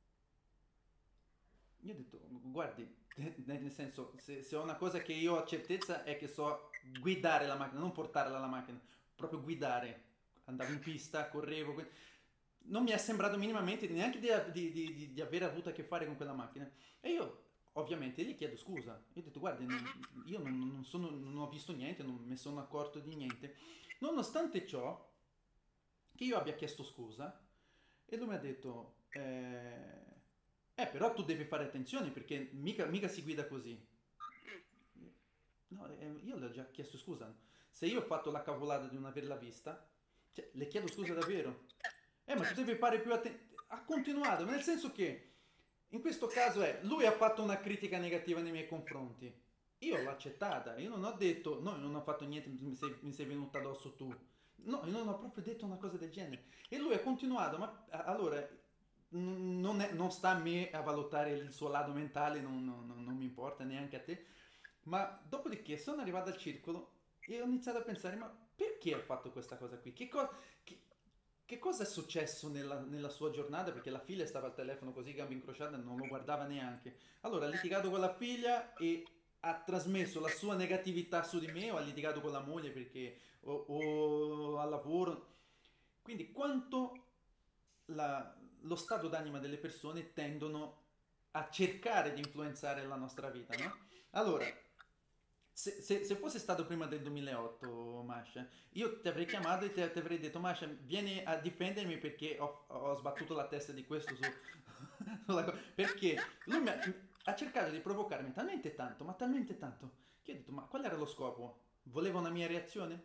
Io ho detto, guardi, nel senso, se, se ho una cosa che io ho certezza è che so guidare la macchina, non portarla alla macchina, proprio guidare. Andavo in pista, correvo, que- non mi è sembrato minimamente neanche di, di, di, di- di aver avuto a che fare con quella macchina. E io, ovviamente, gli chiedo scusa. Io ho detto, guardi, non- mhm, io non, non sono- non ho visto niente, non mi sono accorto di niente. Nonostante ciò, che io abbia chiesto scusa, e lui mi ha detto, eh, eh, però tu devi fare attenzione perché mica, mica si guida così. mm, No, eh, io le ho già chiesto scusa. Se io ho fatto la cavolata di non averla vista, cioè, le chiedo scusa davvero. Eh, ma tu certo. devi fare più attenzione. Ha continuato, nel senso che in questo caso è, lui ha fatto una critica negativa nei miei confronti. Io l'ho accettata, io non ho detto, no, io non ho fatto niente, mi sei, mi sei venuta addosso tu. No, io non ho proprio detto una cosa del genere. E lui ha continuato, ma a- allora n- non, è- non sta a me a valutare il suo lato mentale, non, non- non- non mi importa neanche a te. Ma dopodiché sono arrivato al circolo e ho iniziato a pensare, ma perché ha fatto questa cosa qui? Che, co- che- che cosa è successo nella, nella sua giornata? Perché la figlia stava al telefono così, gambe incrociate, non lo guardava neanche. Allora ha Eh, litigato con la figlia e ha trasmesso la sua negatività su di me, o ha litigato con la moglie perché o, o al lavoro. Quindi quanto la- lo stato d'anima delle persone tendono a cercare di influenzare la nostra vita, sì, no? sì. Allora, se, se- se fosse stato prima del duemilaotto, Masha, io ti avrei chiamato e ti, ti avrei detto, Masha, vieni a difendermi perché ho, ho sbattuto la testa di questo su... sulla co-" Perché lui mi ha, ha cercato di provocarmi talmente tanto, ma talmente tanto, che ho detto, ma qual era lo scopo? Voleva una mia reazione?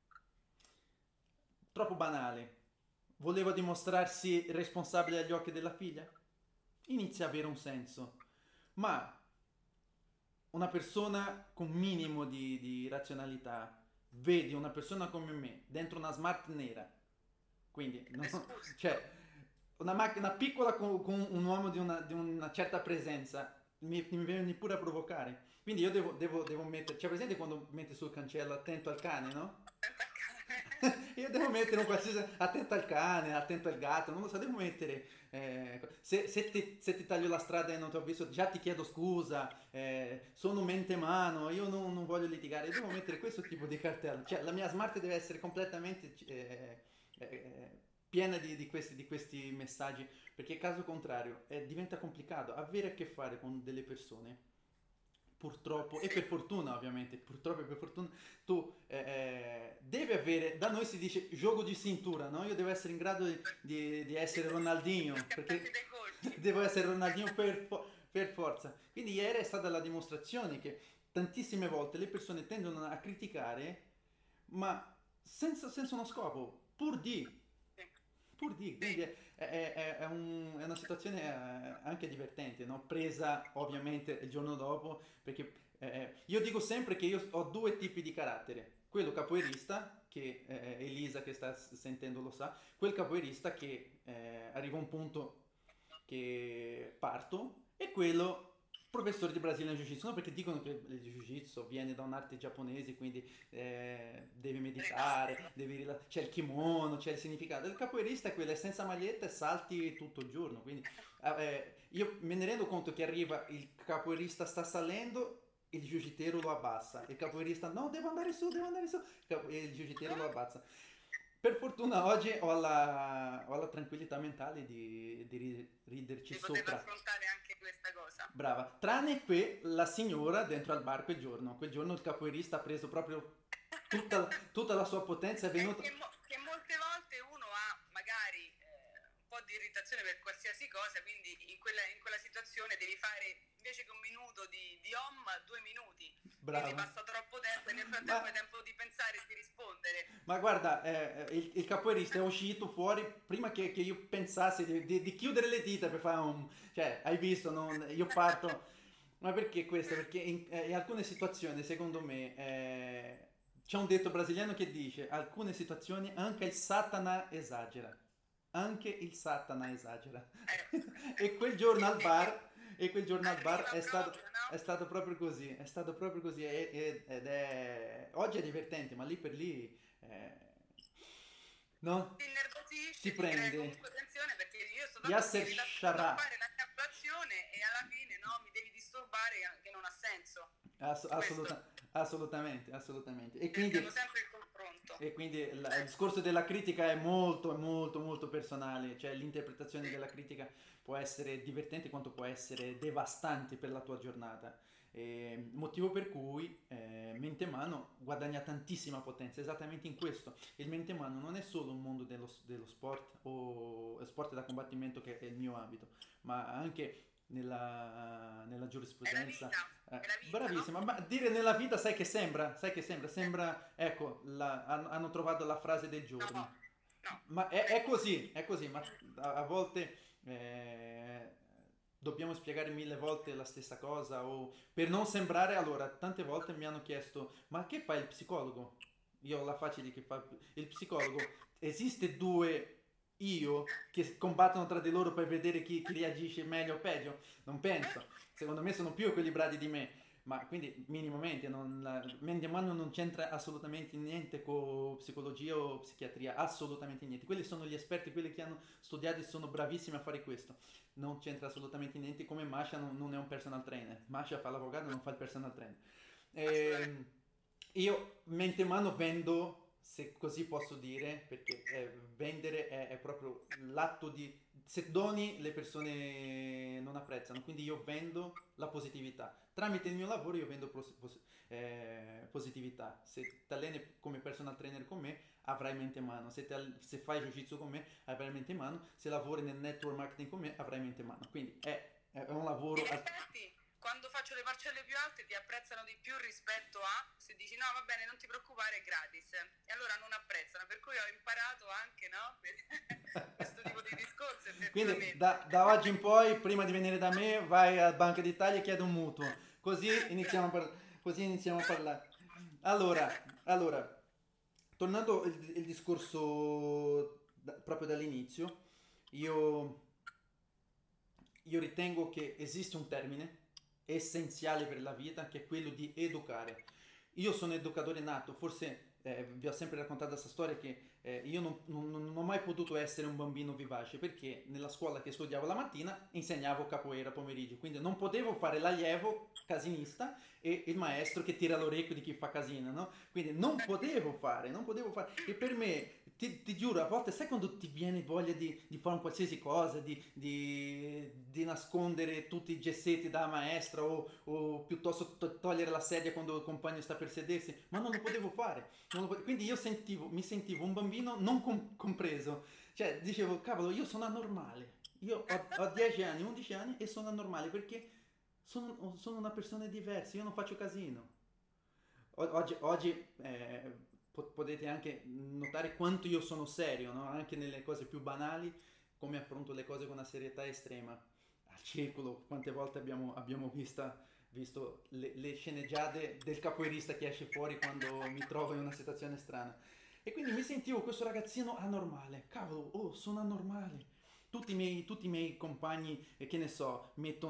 Troppo banale. Voleva dimostrarsi responsabile agli occhi della figlia? Inizia a avere un senso. Ma una persona con minimo di, di razionalità vedi una persona come me dentro una smart nera, quindi Le no, scuse. cioè una macchina piccola con, con un uomo di una, di una certa presenza, mi, mi viene pure a provocare. Quindi io devo, devo, devo mettere, c'è presente quando metti sul cancello attento al cane, no? Attenta al cane. Io devo mettere un qualsiasi attento al cane, attento al gatto, non lo so, devo mettere eh, se, se ti, se ti taglio la strada e non ti ho visto, già ti chiedo scusa, eh, sono mente mano, io non, non voglio litigare, devo mettere questo tipo di cartello, cioè la mia smart deve essere completamente eh, eh, piena di, di questi, di questi messaggi, perché caso contrario eh, diventa complicato avere a che fare con delle persone. Purtroppo, e Sì, per fortuna ovviamente, purtroppo e per fortuna, tu eh, eh, devi avere, da noi si dice gioco di cintura, no? Io devo essere in grado di, di- di sì, essere per Ronaldinho, scattarti perché dei colpi. devo essere Ronaldinho per, fo- per forza. Quindi ieri è stata la dimostrazione che tantissime volte le persone tendono a criticare, ma senza, senza uno scopo, pur di, Sì, pur di, sì, quindi è, è- è- è un- è una situazione eh, anche divertente, no? Presa ovviamente il giorno dopo, perché eh, io dico sempre che io ho due tipi di carattere, quello capoeirista, che eh, Elisa che sta s- sentendo lo sa, quel capoeirista che eh, arriva a un punto che parto, e quello professore di Brazilian Jiu-Jitsu, no? Perché dicono che il Jiu-Jitsu viene da un'arte giapponese, quindi eh, devi meditare, rilassativo. devi rila- c'è il kimono, c'è il significato. Il capoeirista è quello, è senza maglietta e salti tutto il giorno. Quindi eh, io me ne rendo conto che arriva il capoeirista sta salendo, il jiu-jitsu lo abbassa. Il capoeirista no, devo andare su, devo andare su. Il capo- e il jiu-jitsu lo abbassa. Per fortuna oggi ho la, ho la tranquillità mentale di, di ri- riderci Di poter sopra. affrontare anche questa cosa. Brava, tranne que la signora dentro al bar quel giorno. Quel giorno il capoeirista ha preso proprio tutta, tutta la sua potenza, è E venuto... che, mo- che molte volte uno ha magari eh, un po' di irritazione per qualsiasi cosa, quindi in quella, in quella situazione devi fare invece che un minuto di, di om, due minuti. Quindi Brava. passa troppo tempo e nel frattempo Ma hai tempo di pensare e di rispondere. Ma guarda, eh, il, il capoeirista è uscito fuori prima che, che io pensassi di, di- di chiudere le dita per fare un... Cioè, hai visto, non- io parto... Ma perché questo? Perché in, eh, in alcune situazioni, secondo me, eh, c'è un detto brasiliano che dice, alcune situazioni anche il Satana esagera. Anche il Satana esagera. Eh, E quel giorno e, al e- e bar, e quel giorno al bar arriva è stato... proprio, È no? stato proprio così, è stato proprio così e- e- ed è... Oggi è divertente, ma lì per lì eh, no? Ti Ti innervosisce, ti crea prende. comunque tensione perché io sto dato qui Yasser rilassata a Shara. fare la mia colazione e alla fine no, mi devi disturbare che non ha senso. Ass- Questo, assoluta- assolutamente, assolutamente. E cercano quindi, sempre il confronto. e quindi il, il Eh, discorso della critica è molto, molto, molto personale, cioè l'interpretazione sì. della critica può essere divertente quanto può essere devastante per la tua giornata. E motivo per cui eh, mente mano guadagna tantissima potenza esattamente in questo. Il mente mano non è solo un mondo dello, dello sport o sport da combattimento che è il mio ambito, ma anche nella, nella È la giurisprudenza. vita, Eh, è la vita, no? bravissima, ma dire nella vita sai che sembra, sai che sembra, sembra, ecco, la- han- hanno trovato la frase del No, giorno. no, Ma è, non è è così. così, è così, ma a, a volte eh, dobbiamo spiegare mille volte la stessa cosa o per non sembrare, allora, tante volte mi hanno chiesto, ma che fa il psicologo? Io ho la faccia di che fa il psicologo. Esiste due io che combattono tra di loro per vedere chi, chi reagisce meglio o peggio? Non penso. Secondo me sono più equilibrati di me. Ma quindi minimamente, non, la, mente umano non c'entra assolutamente niente con psicologia o psichiatria, assolutamente niente. Quelli sono gli esperti, quelli che hanno studiato e sono bravissimi a fare questo. Non c'entra assolutamente niente, come Masha non, non è un personal trainer. Masha fa l'avvocato, non fa il personal trainer. Assolutamente. Ehm, io mente in mano vendo, se così posso dire, perché eh, vendere è, è proprio l'atto di... Se doni le persone non apprezzano, quindi io vendo la positività. Tramite il mio lavoro io vendo pos- pos- eh, positività. Se ti alleni come personal trainer con me avrai mente in mano, se, ti all- se fai jiu-jitsu con me avrai mente in mano, se lavori nel network marketing con me avrai mente in mano. Quindi è, è un lavoro... In a- effetti, quando faccio le parcelle più alte ti apprezzano di più rispetto a se dici no, va bene, non ti preoccupare, è gratis. E allora non apprezzano, per cui ho imparato anche, no? Questo tipo di discorso Quindi effettivamente. da, da oggi in poi, prima di venire da me, vai a Banca d'Italia e chiedi un mutuo. Così iniziamo a, Bravo. par- così iniziamo a parlare. Allora, allora, tornando il, il discorso da- proprio dall'inizio, io, io ritengo che esiste un termine, essenziale per la vita, che è quello di educare. Io sono educatore nato, forse eh, vi ho sempre raccontato questa storia che eh, io non, non- non ho mai potuto essere un bambino vivace perché nella scuola che studiavo la mattina insegnavo capoeira pomeriggio, quindi non potevo fare l'allievo casinista e il maestro che tira l'orecchio di chi fa casino, no? Quindi non potevo fare, non potevo fare. E per me, ti, ti giuro, a volte sai quando ti viene voglia di, di fare un qualsiasi cosa, di, di- di nascondere tutti i gessetti da maestra o, o piuttosto to- togliere la sedia quando il compagno sta per sedersi, ma non lo potevo fare. Non lo potevo- Quindi io sentivo, mi sentivo un bambino non com- compreso. Cioè, dicevo, cavolo, io sono anormale. Io ho, ho dieci anni, undici anni e sono anormale perché sono, sono una persona diversa, io non faccio casino. O- Oggi, oggi, eh, po- potete anche notare quanto io sono serio, no? Anche nelle cose più banali, come affronto le cose con una serietà estrema. Al circolo, quante volte abbiamo, abbiamo vista- visto le, le sceneggiate del capoeirista che esce fuori quando mi trovo in una situazione strana. E quindi mi sentivo questo ragazzino anormale. Cavolo, oh, sono anormale. Tutti i miei, tutti i miei compagni, eh, che ne so,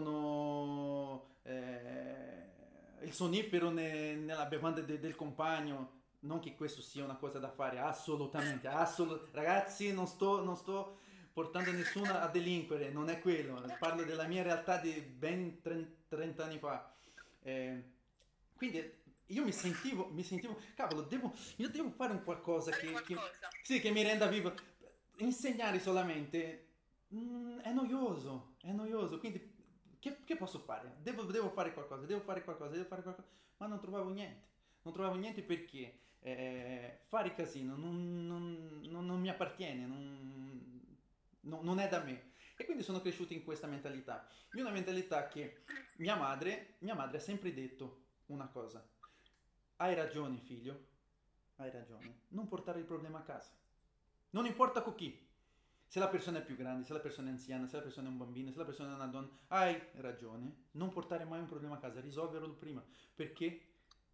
mettono eh, il sonnifero ne- nella bevanda de- del compagno. Non che questo sia una cosa da fare, assolutamente. Assolut- Ragazzi, non sto, non sto portando nessuno a delinquere, non è quello. Parlo della mia realtà di ben trenta anni fa. Eh, quindi io mi sentivo, mi sentivo, cavolo, devo, io devo fare un qualcosa Fare che, che- qualcosa. sì, che mi renda vivo. Insegnare solamente mm, è noioso, è noioso. Quindi che, che posso fare? Devo, devo fare qualcosa, devo fare qualcosa, devo fare qualcosa. Ma non trovavo niente. Non trovavo niente perché eh, fare casino non, non- non- non mi appartiene, non, non- non è da me. E quindi sono cresciuto in questa mentalità. Io una mentalità che mia madre, mia madre ha sempre detto una cosa. Hai ragione, figlio, hai ragione. Non portare il problema a casa. Non importa con chi. Se la persona è più grande, se la persona è anziana, se la persona è un bambino, se la persona è una donna, hai ragione. Non portare mai un problema a casa, risolverlo prima. Perché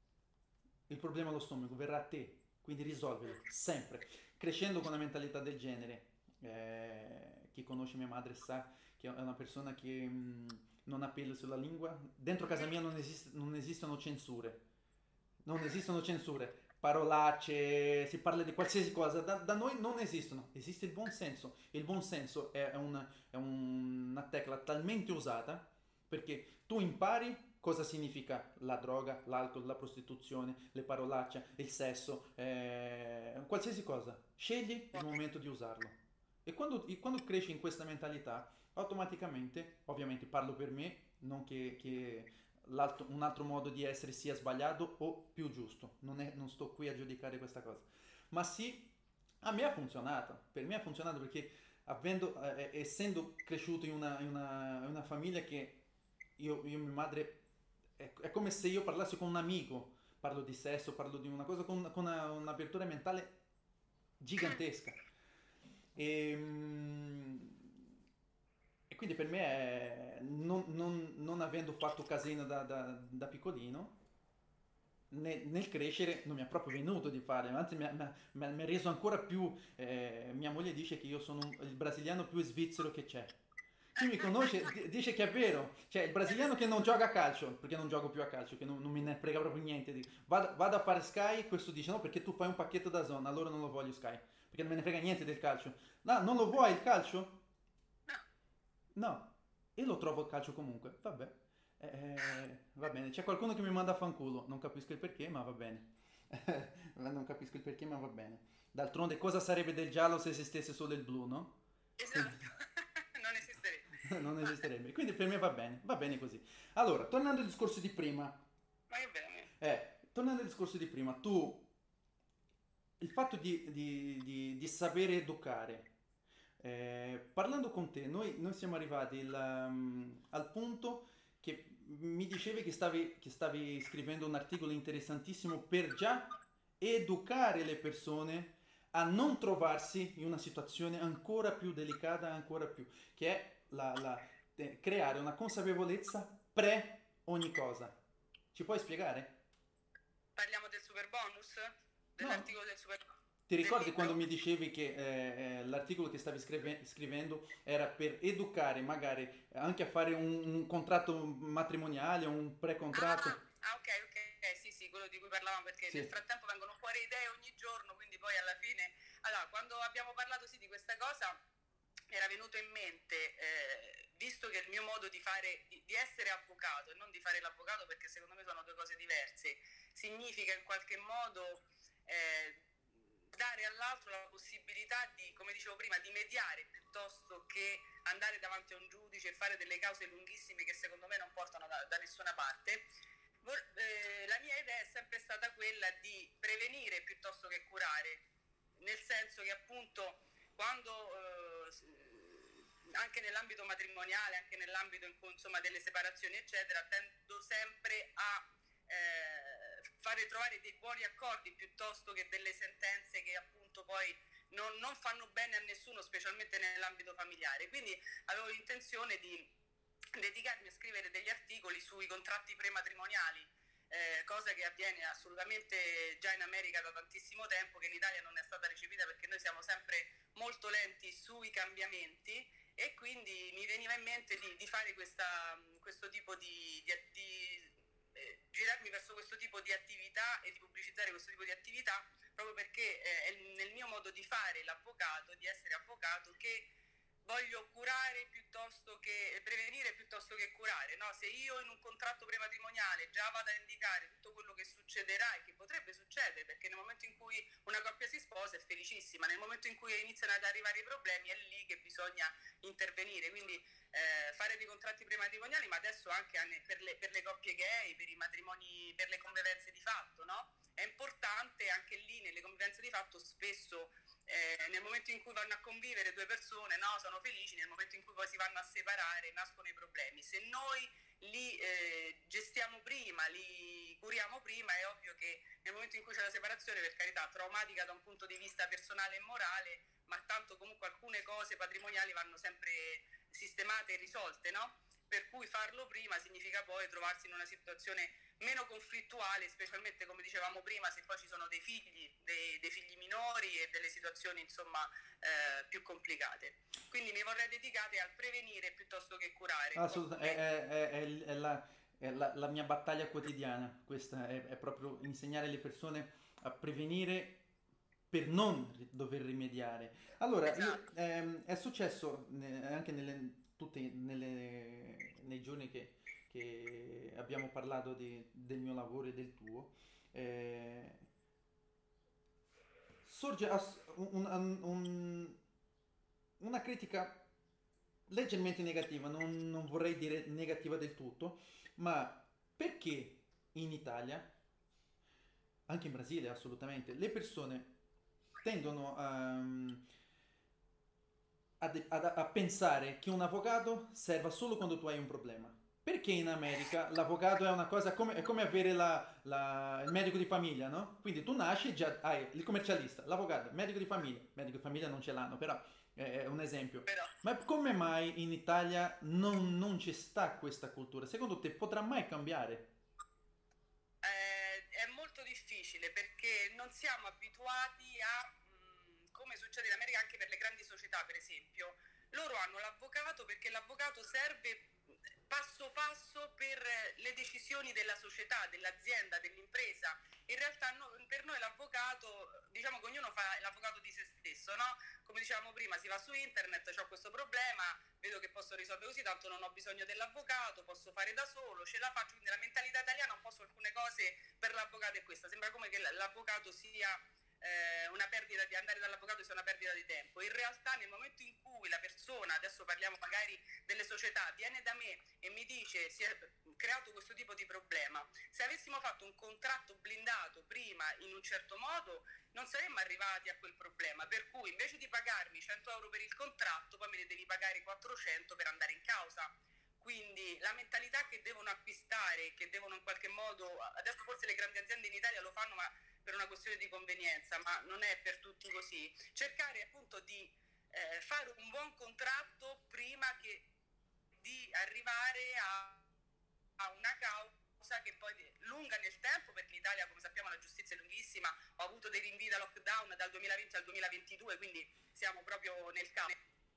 il problema allo stomaco verrà a te, quindi risolvilo sempre. Crescendo con una mentalità del genere, eh, chi conosce mia madre sa che è una persona che mh, non ha pelo sulla lingua. Dentro casa mia non, esiste- non esistono censure, non esistono censure, parolacce, si parla di qualsiasi cosa, da, da noi non esistono, esiste il buon senso. Il buon senso è, un- è una tecla talmente usata perché tu impari cosa significa la droga, l'alcol, la prostituzione, le parolacce, il sesso, eh, qualsiasi cosa. Scegli il momento di usarlo. E quando, e quando cresci in questa mentalità, automaticamente, ovviamente parlo per me, non che, che l'altro- un altro modo di essere sia sbagliato o più giusto, non, è- non sto qui a giudicare questa cosa, ma sì, a me ha funzionato, per me ha funzionato perché avendo, eh, essendo cresciuto in una, in una- in una famiglia che io, io e mia madre, è, è come se io parlassi con un amico, parlo di sesso, parlo di una cosa con, con una- un'apertura mentale gigantesca. E, mm, e quindi per me, è- non, non- non avendo fatto casino da, da- da piccolino, ne- nel crescere non mi è proprio venuto di fare, anzi mi ha, mi ha- mi ha- mi ha reso ancora più. Eh, mia moglie dice che io sono un- il brasiliano più svizzero che c'è. Chi mi conosce di- dice che è vero, cioè il brasiliano che non gioca a calcio, perché non gioco più a calcio, che non, non me ne frega proprio niente, di- vado, vado a fare Sky, questo dice no perché tu fai un pacchetto da zona, allora non lo voglio Sky, perché non me ne frega niente del calcio. No, non lo vuoi il calcio? No. No, io lo trovo il calcio comunque, vabbè. Eh, va bene, c'è qualcuno che mi manda a fanculo, non capisco il perché, ma va bene. Non capisco il perché, ma va bene. D'altronde cosa sarebbe del giallo se esistesse solo il blu, no? Quindi Esatto. Non esisterebbe. non Ma, esisterebbe. Quindi per me va bene, va bene così. Allora, tornando al discorso di prima, ma che veramente. eh, tornando al discorso di prima, tu, il fatto di, di- di- di sapere educare, eh, parlando con te, noi, noi siamo arrivati il, um, al punto che mi dicevi che stavi, che stavi scrivendo un articolo interessantissimo per già educare le persone a non trovarsi in una situazione ancora più delicata, ancora più, che è la, la- eh, creare una consapevolezza pre ogni cosa. Ci puoi spiegare? Parliamo del super bonus? No, Dell'articolo del super bonus? Ti del ricordi quando libro. mi dicevi che eh, eh, l'articolo che stavi scrive- scrivendo era per educare magari anche a fare un, un contratto matrimoniale, un Ah, pre-contratto? ah, ok, ok, sì, sì, quello di cui parlavamo, perché nel Sì, frattempo vengono fuori idee ogni giorno, quindi poi alla fine, allora, quando abbiamo parlato sì di questa cosa, era venuto in mente, eh, visto che il mio modo di fare, di, di essere avvocato e non di fare l'avvocato, perché secondo me sono due cose diverse, significa in qualche modo eh, dare all'altro la possibilità di, come dicevo prima, di mediare piuttosto che andare davanti a un giudice e fare delle cause lunghissime che secondo me non portano da, da nessuna parte. Vor- eh, la mia idea è sempre stata quella di prevenire piuttosto che curare, nel senso che appunto quando eh, s- anche nell'ambito matrimoniale, anche nell'ambito in cui, insomma, delle separazioni eccetera, tendo sempre a eh, fare trovare dei buoni accordi piuttosto che delle sentenze che appunto poi non, non fanno bene a nessuno, specialmente nell'ambito familiare. Quindi avevo l'intenzione di dedicarmi a scrivere degli articoli sui contratti prematrimoniali, eh, cosa che avviene assolutamente già in America da tantissimo tempo, che in Italia non è stata recepita perché noi siamo sempre molto lenti sui cambiamenti, e quindi mi veniva in mente di, di fare questa, questo tipo di, di, di eh, girarmi verso questo tipo di attività e di pubblicizzare questo tipo di attività, proprio perché eh, è nel mio modo di fare l'avvocato, di essere avvocato, che voglio curare piuttosto che prevenire piuttosto che curare, no? Se io in un contratto prematrimoniale già vado a indicare tutto quello che succederà e che potrebbe succedere, perché nel momento in cui una coppia si sposa è felicissima, nel momento in cui iniziano ad arrivare i problemi è lì che bisogna intervenire, quindi eh, fare dei contratti prematrimoniali, ma adesso anche per le, per le coppie gay, per i matrimoni, per le convivenze di fatto, no? È importante anche lì nelle convivenze di fatto spesso eh, nel momento in cui vanno a convivere due persone, no, sono felici, nel momento in cui poi si vanno a separare nascono i problemi. Se noi li eh, gestiamo prima, li curiamo prima, è ovvio che nel momento in cui c'è la separazione, per carità, traumatica da un punto di vista personale e morale, ma tanto comunque alcune cose patrimoniali vanno sempre sistemate e risolte, no? Per cui farlo prima significa poi trovarsi in una situazione meno conflittuale, specialmente come dicevamo prima, se poi ci sono dei figli, dei, dei figli minori e delle situazioni insomma eh, più complicate. Quindi mi vorrei dedicare al prevenire piuttosto che curare. assolutamente, è, è- è- è la, è la- la mia battaglia quotidiana, questa è, è proprio insegnare alle persone a prevenire per non ri- dover rimediare. Allora, io, Esatto. ehm, è successo eh, anche nelle, tutte, nelle- nei giorni che, che abbiamo parlato di- del mio lavoro e del tuo, eh, sorge ass- un- un- un- una critica leggermente negativa, non, non vorrei dire negativa del tutto, ma perché in Italia, anche in Brasile assolutamente, le persone tendono a, a, a- a pensare che un avvocato serva solo quando tu hai un problema? Perché in America l'avvocato è una cosa come, è come avere la- la- il medico di famiglia, no? Quindi tu nasci e già hai il commercialista, l'avvocato, il medico di famiglia. Il medico di famiglia non ce l'hanno, però è è un esempio. Però Ma come mai in Italia non, non ci sta questa cultura? Secondo te potrà mai cambiare? eh, è molto difficile perché non siamo abituati a, mh, come succede in America anche per le grandi società per esempio, loro hanno l'avvocato perché l'avvocato serve passo passo per le decisioni della società, dell'azienda, dell'impresa. In realtà no, per noi l'avvocato, diciamo che ognuno fa l'avvocato di se stesso, no? Come dicevamo prima, si va su internet, ho questo problema, vedo che posso risolvere così, tanto non ho bisogno dell'avvocato, posso fare da solo, ce la faccio, quindi la mentalità italiana un po' su alcune cose per l'avvocato è questa, sembra come che l'avvocato sia eh, una perdita di andare dall'avvocato sia una perdita di tempo. In realtà nel momento in cui la persona, adesso parliamo magari delle società, viene da me e mi dice si è creato questo tipo di problema, se avessimo fatto un contratto blindato prima in un certo modo non saremmo arrivati a quel problema, per cui invece di pagarmi cento euro per il contratto poi me ne devi pagare quattrocento per andare in causa. Quindi la mentalità che devono acquistare, che devono in qualche modo, adesso forse le grandi aziende in Italia lo fanno ma per una questione di convenienza, ma non è per tutti così, cercare appunto di eh, fare un buon contratto prima che di arrivare a, a una causa causa che poi lunga nel tempo, perché in Italia, come sappiamo, la giustizia è lunghissima, ho avuto dei rinvii da lockdown dal duemilaventi al duemilaventidue, quindi siamo proprio nel caso.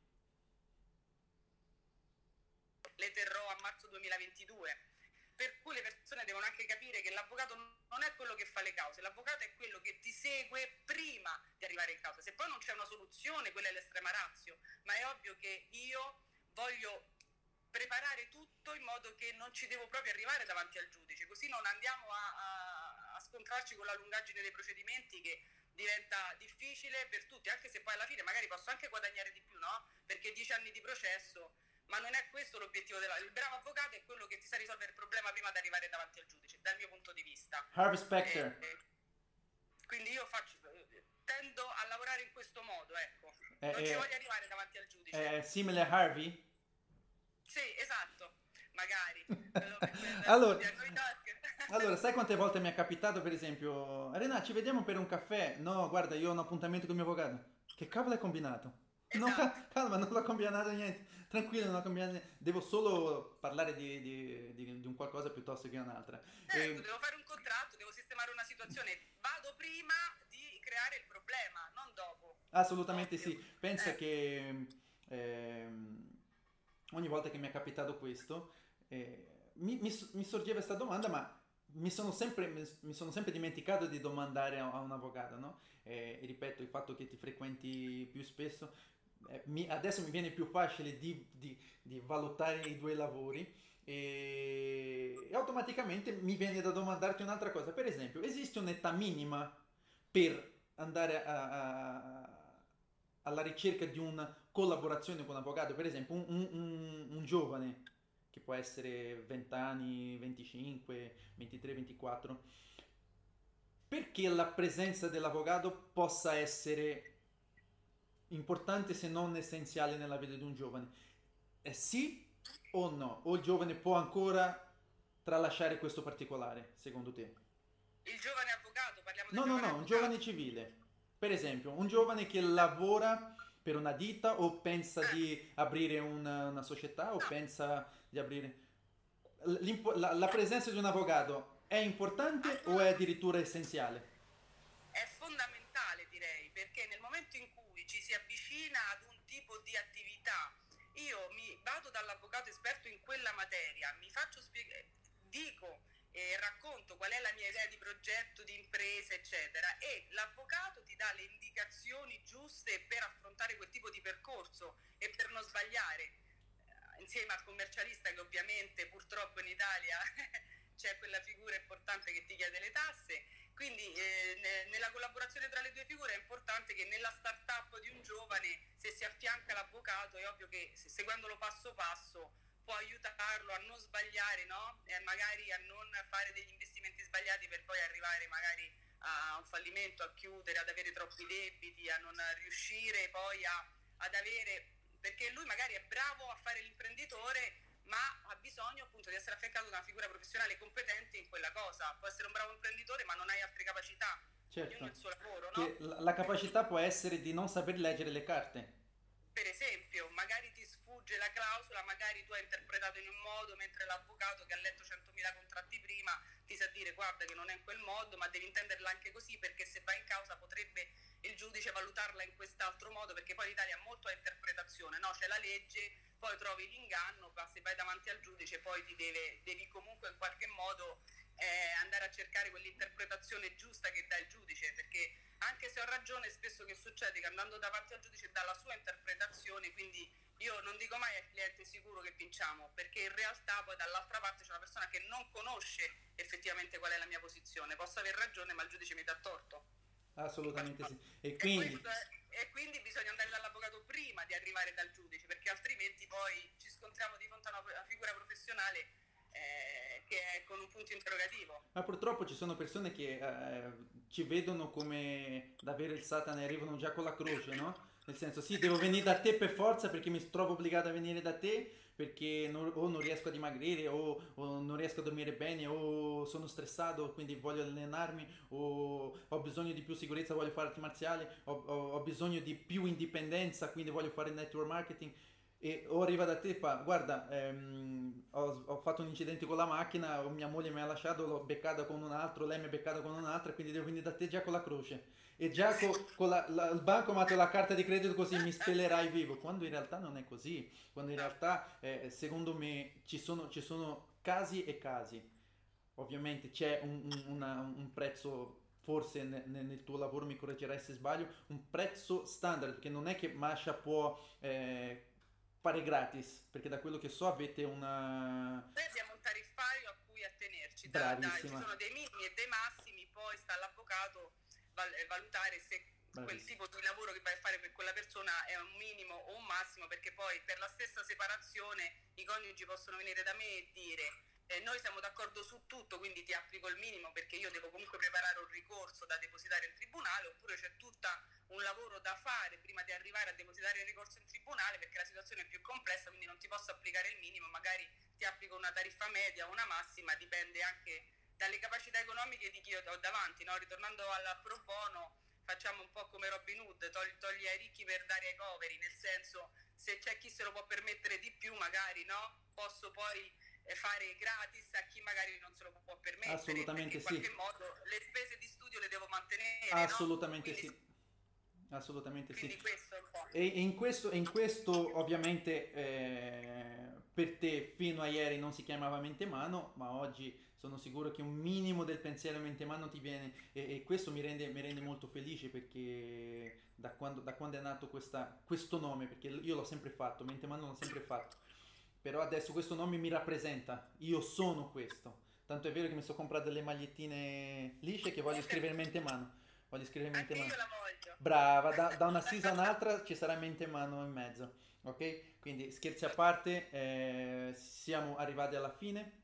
Le terrò a marzo duemilaventidue. Per cui le persone devono anche capire che l'avvocato non è quello che fa le cause, l'avvocato è quello che ti segue prima di arrivare in causa. Se poi non c'è una soluzione, quella è l'estrema ratio, ma è ovvio che io voglio preparare tutto in modo che non ci devo proprio arrivare davanti al giudice, così non andiamo a, a, a scontrarci con la lungaggine dei procedimenti, che diventa difficile per tutti, anche se poi alla fine magari posso anche guadagnare di più, no? Perché dieci anni di processo... Ma non è questo l'obiettivo della... Il bravo avvocato è quello che ti sa risolvere il problema prima di arrivare davanti al giudice, dal mio punto di vista. Harvey Specter. E, e quindi io faccio, tendo a lavorare in questo modo, ecco. Eh, non eh, ci voglio arrivare davanti al giudice. È simile a Harvey? Sì, esatto, magari. allora, allora, sai quante volte mi è capitato, per esempio, Arena, ci vediamo per un caffè? No, guarda, io ho un appuntamento con il mio avvocato. Che cavolo hai combinato? No, esatto. calma, non l'ho combinato niente. Tranquillo, non ho combinato niente. Devo solo parlare di, di, di, di un qualcosa piuttosto che un'altra. Certo, e... devo fare un contratto, devo sistemare una situazione. Vado prima di creare il problema, non dopo. Assolutamente Ovvio. sì. Pensa eh. che ehm, ogni volta che mi è capitato questo, eh, mi, mi, mi sorgeva questa domanda, ma mi sono sempre, mi sono sempre dimenticato di domandare a, a un avvocato, no? E, e ripeto, il fatto che ti frequenti più spesso, eh, mi, adesso mi viene più facile di, di, di valutare i due lavori e, e automaticamente mi viene da domandarti un'altra cosa. Per esempio, esiste un'età minima per andare a, a, alla ricerca di una collaborazione con un avvocato? Per esempio, un, un, un, un giovane che può essere venti anni, venticinque, ventitré, ventiquattro, perché la presenza dell'avvocato possa essere importante se non essenziale nella vita di un giovane? Eh sì o no? O il giovane può ancora tralasciare questo particolare, secondo te? Il giovane avvocato, parliamo No, del no, giovane no, un avvocato. giovane civile. Per esempio, un giovane che lavora per una ditta o pensa Eh. di aprire una, una società o No. pensa di aprire... La, la presenza di un avvocato è importante o è addirittura essenziale? È fondamentale, direi, perché nel momento in cui ci si avvicina ad un tipo di attività, io mi vado dall'avvocato esperto in quella materia, mi faccio spiegare, dico e racconto qual è la mia idea di progetto, di impresa, eccetera, e l'avvocato ti dà le indicazioni giuste per affrontare quel tipo di percorso e per non sbagliare, insieme al commercialista che ovviamente purtroppo in Italia c'è quella figura importante che ti chiede le tasse. Quindi eh, ne, nella collaborazione tra le due figure è importante che nella startup di un giovane, se si affianca l'avvocato, è ovvio che se, seguendolo passo passo può aiutarlo a non sbagliare, no? E magari a non fare degli investimenti sbagliati per poi arrivare magari a un fallimento, a chiudere, ad avere troppi debiti, a non riuscire poi a, ad avere... Perché lui magari è bravo a fare l'imprenditore, ma ha bisogno appunto di essere affiancato da una figura professionale competente in quella cosa. Può essere un bravo imprenditore, ma non hai altre capacità. Certo. Ognuno ha il suo lavoro, no? Che la, la capacità può essere di non saper leggere le carte. Per esempio, magari ti sfugge la clausola, magari tu hai interpretato in un modo, mentre l'avvocato che ha letto centomila contratti prima ti sa dire guarda che non è in quel modo, ma devi intenderla anche così, perché se vai in causa potrebbe il giudice valutarla in quest'altro modo, perché poi l'Italia ha molto a interpretazione, no? C'è la legge, poi trovi l'inganno, ma se vai davanti al giudice poi ti deve, devi comunque in qualche modo eh, andare a cercare quell'interpretazione giusta che dà il giudice, perché anche se ho ragione, spesso che succede che andando davanti al giudice dà la sua interpretazione, quindi io non dico mai al cliente sicuro che vinciamo, perché in realtà poi dall'altra parte c'è una persona che non conosce effettivamente qual è la mia posizione, posso aver ragione ma il giudice mi dà torto. Assolutamente sì. E E, quindi... è, e quindi bisogna andare dall'avvocato prima di arrivare dal giudice, perché altrimenti poi ci scontriamo di fronte a una figura professionale eh, che è con un punto interrogativo. Ma purtroppo ci sono persone che eh, ci vedono come davvero il Satana e arrivano già con la croce, no? Nel senso, sì, devo venire da te per forza perché mi trovo obbligato a venire da te perché non, o non riesco a dimagrire o, o non riesco a dormire bene o sono stressato quindi voglio allenarmi o ho bisogno di più sicurezza, voglio fare arti marziali, ho, ho, ho bisogno di più indipendenza quindi voglio fare network marketing. e o arriva da te e fa, guarda, ehm, ho, ho fatto un incidente con la macchina, mia moglie mi ha lasciato, l'ho beccata con un altro, lei mi ha beccata con un'altra, quindi devo venire da te già con la croce. E già co- con la, la- il bancomat o la carta di credito così mi spellerai vivo, quando in realtà non è così, quando in No, realtà eh, secondo me ci sono, ci sono casi e casi. Ovviamente c'è un, un- una- un prezzo, forse ne- ne- nel tuo lavoro mi correggerai se sbaglio, un prezzo standard, perché non è che Masha può eh, fare gratis, perché da quello che so avete una... noi abbiamo un tariffario a cui attenerci, da, da- ci Bravissima, sono dei minimi e dei massimi, poi sta all'avvocato val- eh, valutare se quel bravissima. tipo di lavoro che vai a fare per quella persona è un minimo o un massimo, perché poi per la stessa separazione i coniugi possono venire da me e dire eh, noi siamo d'accordo su tutto, quindi ti applico il minimo perché io devo comunque preparare un ricorso da depositare in tribunale, oppure c'è tutta un lavoro da fare prima di arrivare a depositare il ricorso in tribunale perché la situazione è più complessa, quindi non ti posso applicare il minimo, magari ti applico una tariffa media o una massima, dipende anche dalle capacità economiche di chi ho davanti, no? Ritornando al pro bono, facciamo un po' come Robin Hood, togli, togli ai ricchi per dare ai poveri, nel senso, se c'è chi se lo può permettere di più magari, no? Posso poi eh, fare gratis a chi magari non se lo può permettere, perché Assolutamente in qualche sì, modo le spese di studio le devo mantenere, no? assolutamente Quindi, sì, assolutamente sì. quindi questo è un po'. E in questo, in questo ovviamente eh, per te fino a ieri non si chiamava mente mano, ma oggi sono sicuro che un minimo del pensiero mente mano ti viene e, e questo mi rende, mi rende molto felice perché da quando, da quando è nato questa- questo nome, perché io l'ho sempre fatto, mente mano l'ho sempre fatto, però adesso questo nome mi rappresenta, io sono questo. Tanto è vero che mi sono comprato delle magliettine lisce che voglio scrivere mente mano. Voglio scrivere mente Anche mano. io la voglio. Brava, da, da una season all'altra ci sarà mente mano in mezzo. Ok? Quindi scherzi a parte, eh, siamo arrivati alla fine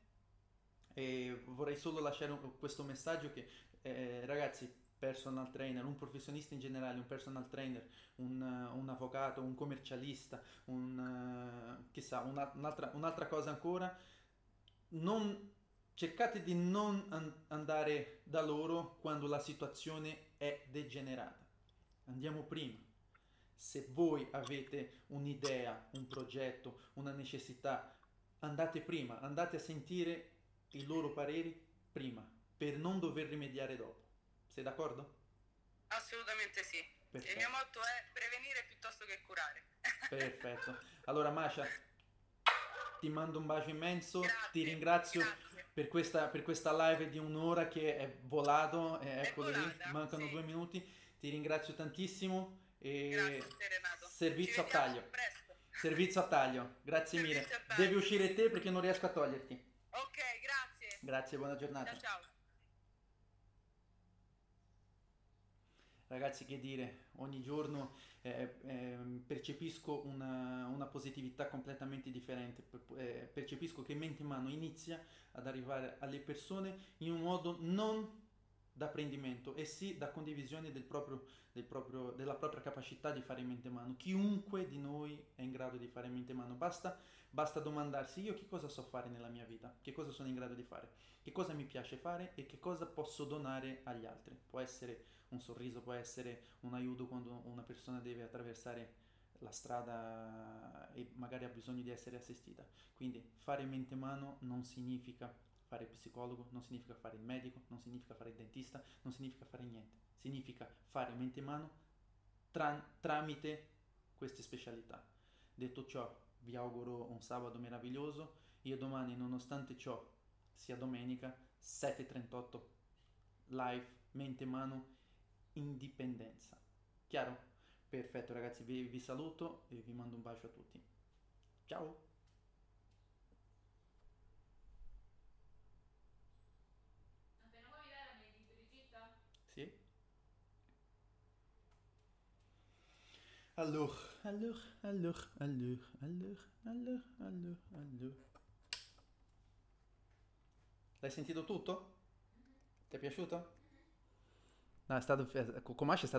e vorrei solo lasciare un- questo messaggio che eh, ragazzi, personal trainer, un professionista in generale, un personal trainer, un, eh, un avvocato, un commercialista, un, eh, chissà, una- un'altra, un'altra cosa ancora, non, cercate di non an- andare da loro quando la situazione è degenerata. Andiamo prima. Se voi avete un'idea, un progetto, una necessità, andate prima, andate a sentire i loro pareri prima, per non dover rimediare dopo. Sei d'accordo? Assolutamente sì. Il mio Perfetto, motto è prevenire piuttosto che curare. perfetto. Allora, Masha, ti mando un bacio immenso, ti Grazie, ringrazio grazie. per questa, per questa live di un'ora che è volato, eh, È eccolo lì, volata, mancano sì. due minuti, ti ringrazio tantissimo Grazie e Renato. Ci servizio a vediamo taglio, presto. servizio a taglio, grazie Servizio a mille, devi taglio. uscire te perché non riesco a toglierti, Ok, grazie. grazie, buona Ciao giornata. ciao. Ragazzi, che dire, ogni giorno eh, ehm, percepisco una, una positività completamente differente, per- eh, percepisco che mente in mano inizia ad arrivare alle persone in un modo non da apprendimento, e sì da condivisione del proprio, del proprio- della propria capacità di fare mente in mano. Chiunque di noi è in grado di fare mente in mano, basta, basta domandarsi io che cosa so fare nella mia vita, che cosa sono in grado di fare, che cosa mi piace fare e che cosa posso donare agli altri. Può essere un sorriso, può essere un aiuto quando una persona deve attraversare la strada e magari ha bisogno di essere assistita. Quindi fare mente mano non significa fare il psicologo, non significa fare il medico, non significa fare il dentista, non significa fare niente. Significa fare mente mano tra- tramite queste specialità. Detto ciò, vi auguro un sabato meraviglioso. Io domani, nonostante ciò, sia domenica, sette e trentotto, live, mente mano, indipendenza. Chiaro? Perfetto ragazzi, vi, vi saluto e vi mando un bacio a tutti. Ciao! Appena vuoi vedere la mia edito Egitto? Sì? Allora, allora, allora, allora, allora, allora, allora, allora. L'hai sentito tutto? Ti è piaciuto? No, è stato, Comasci è stato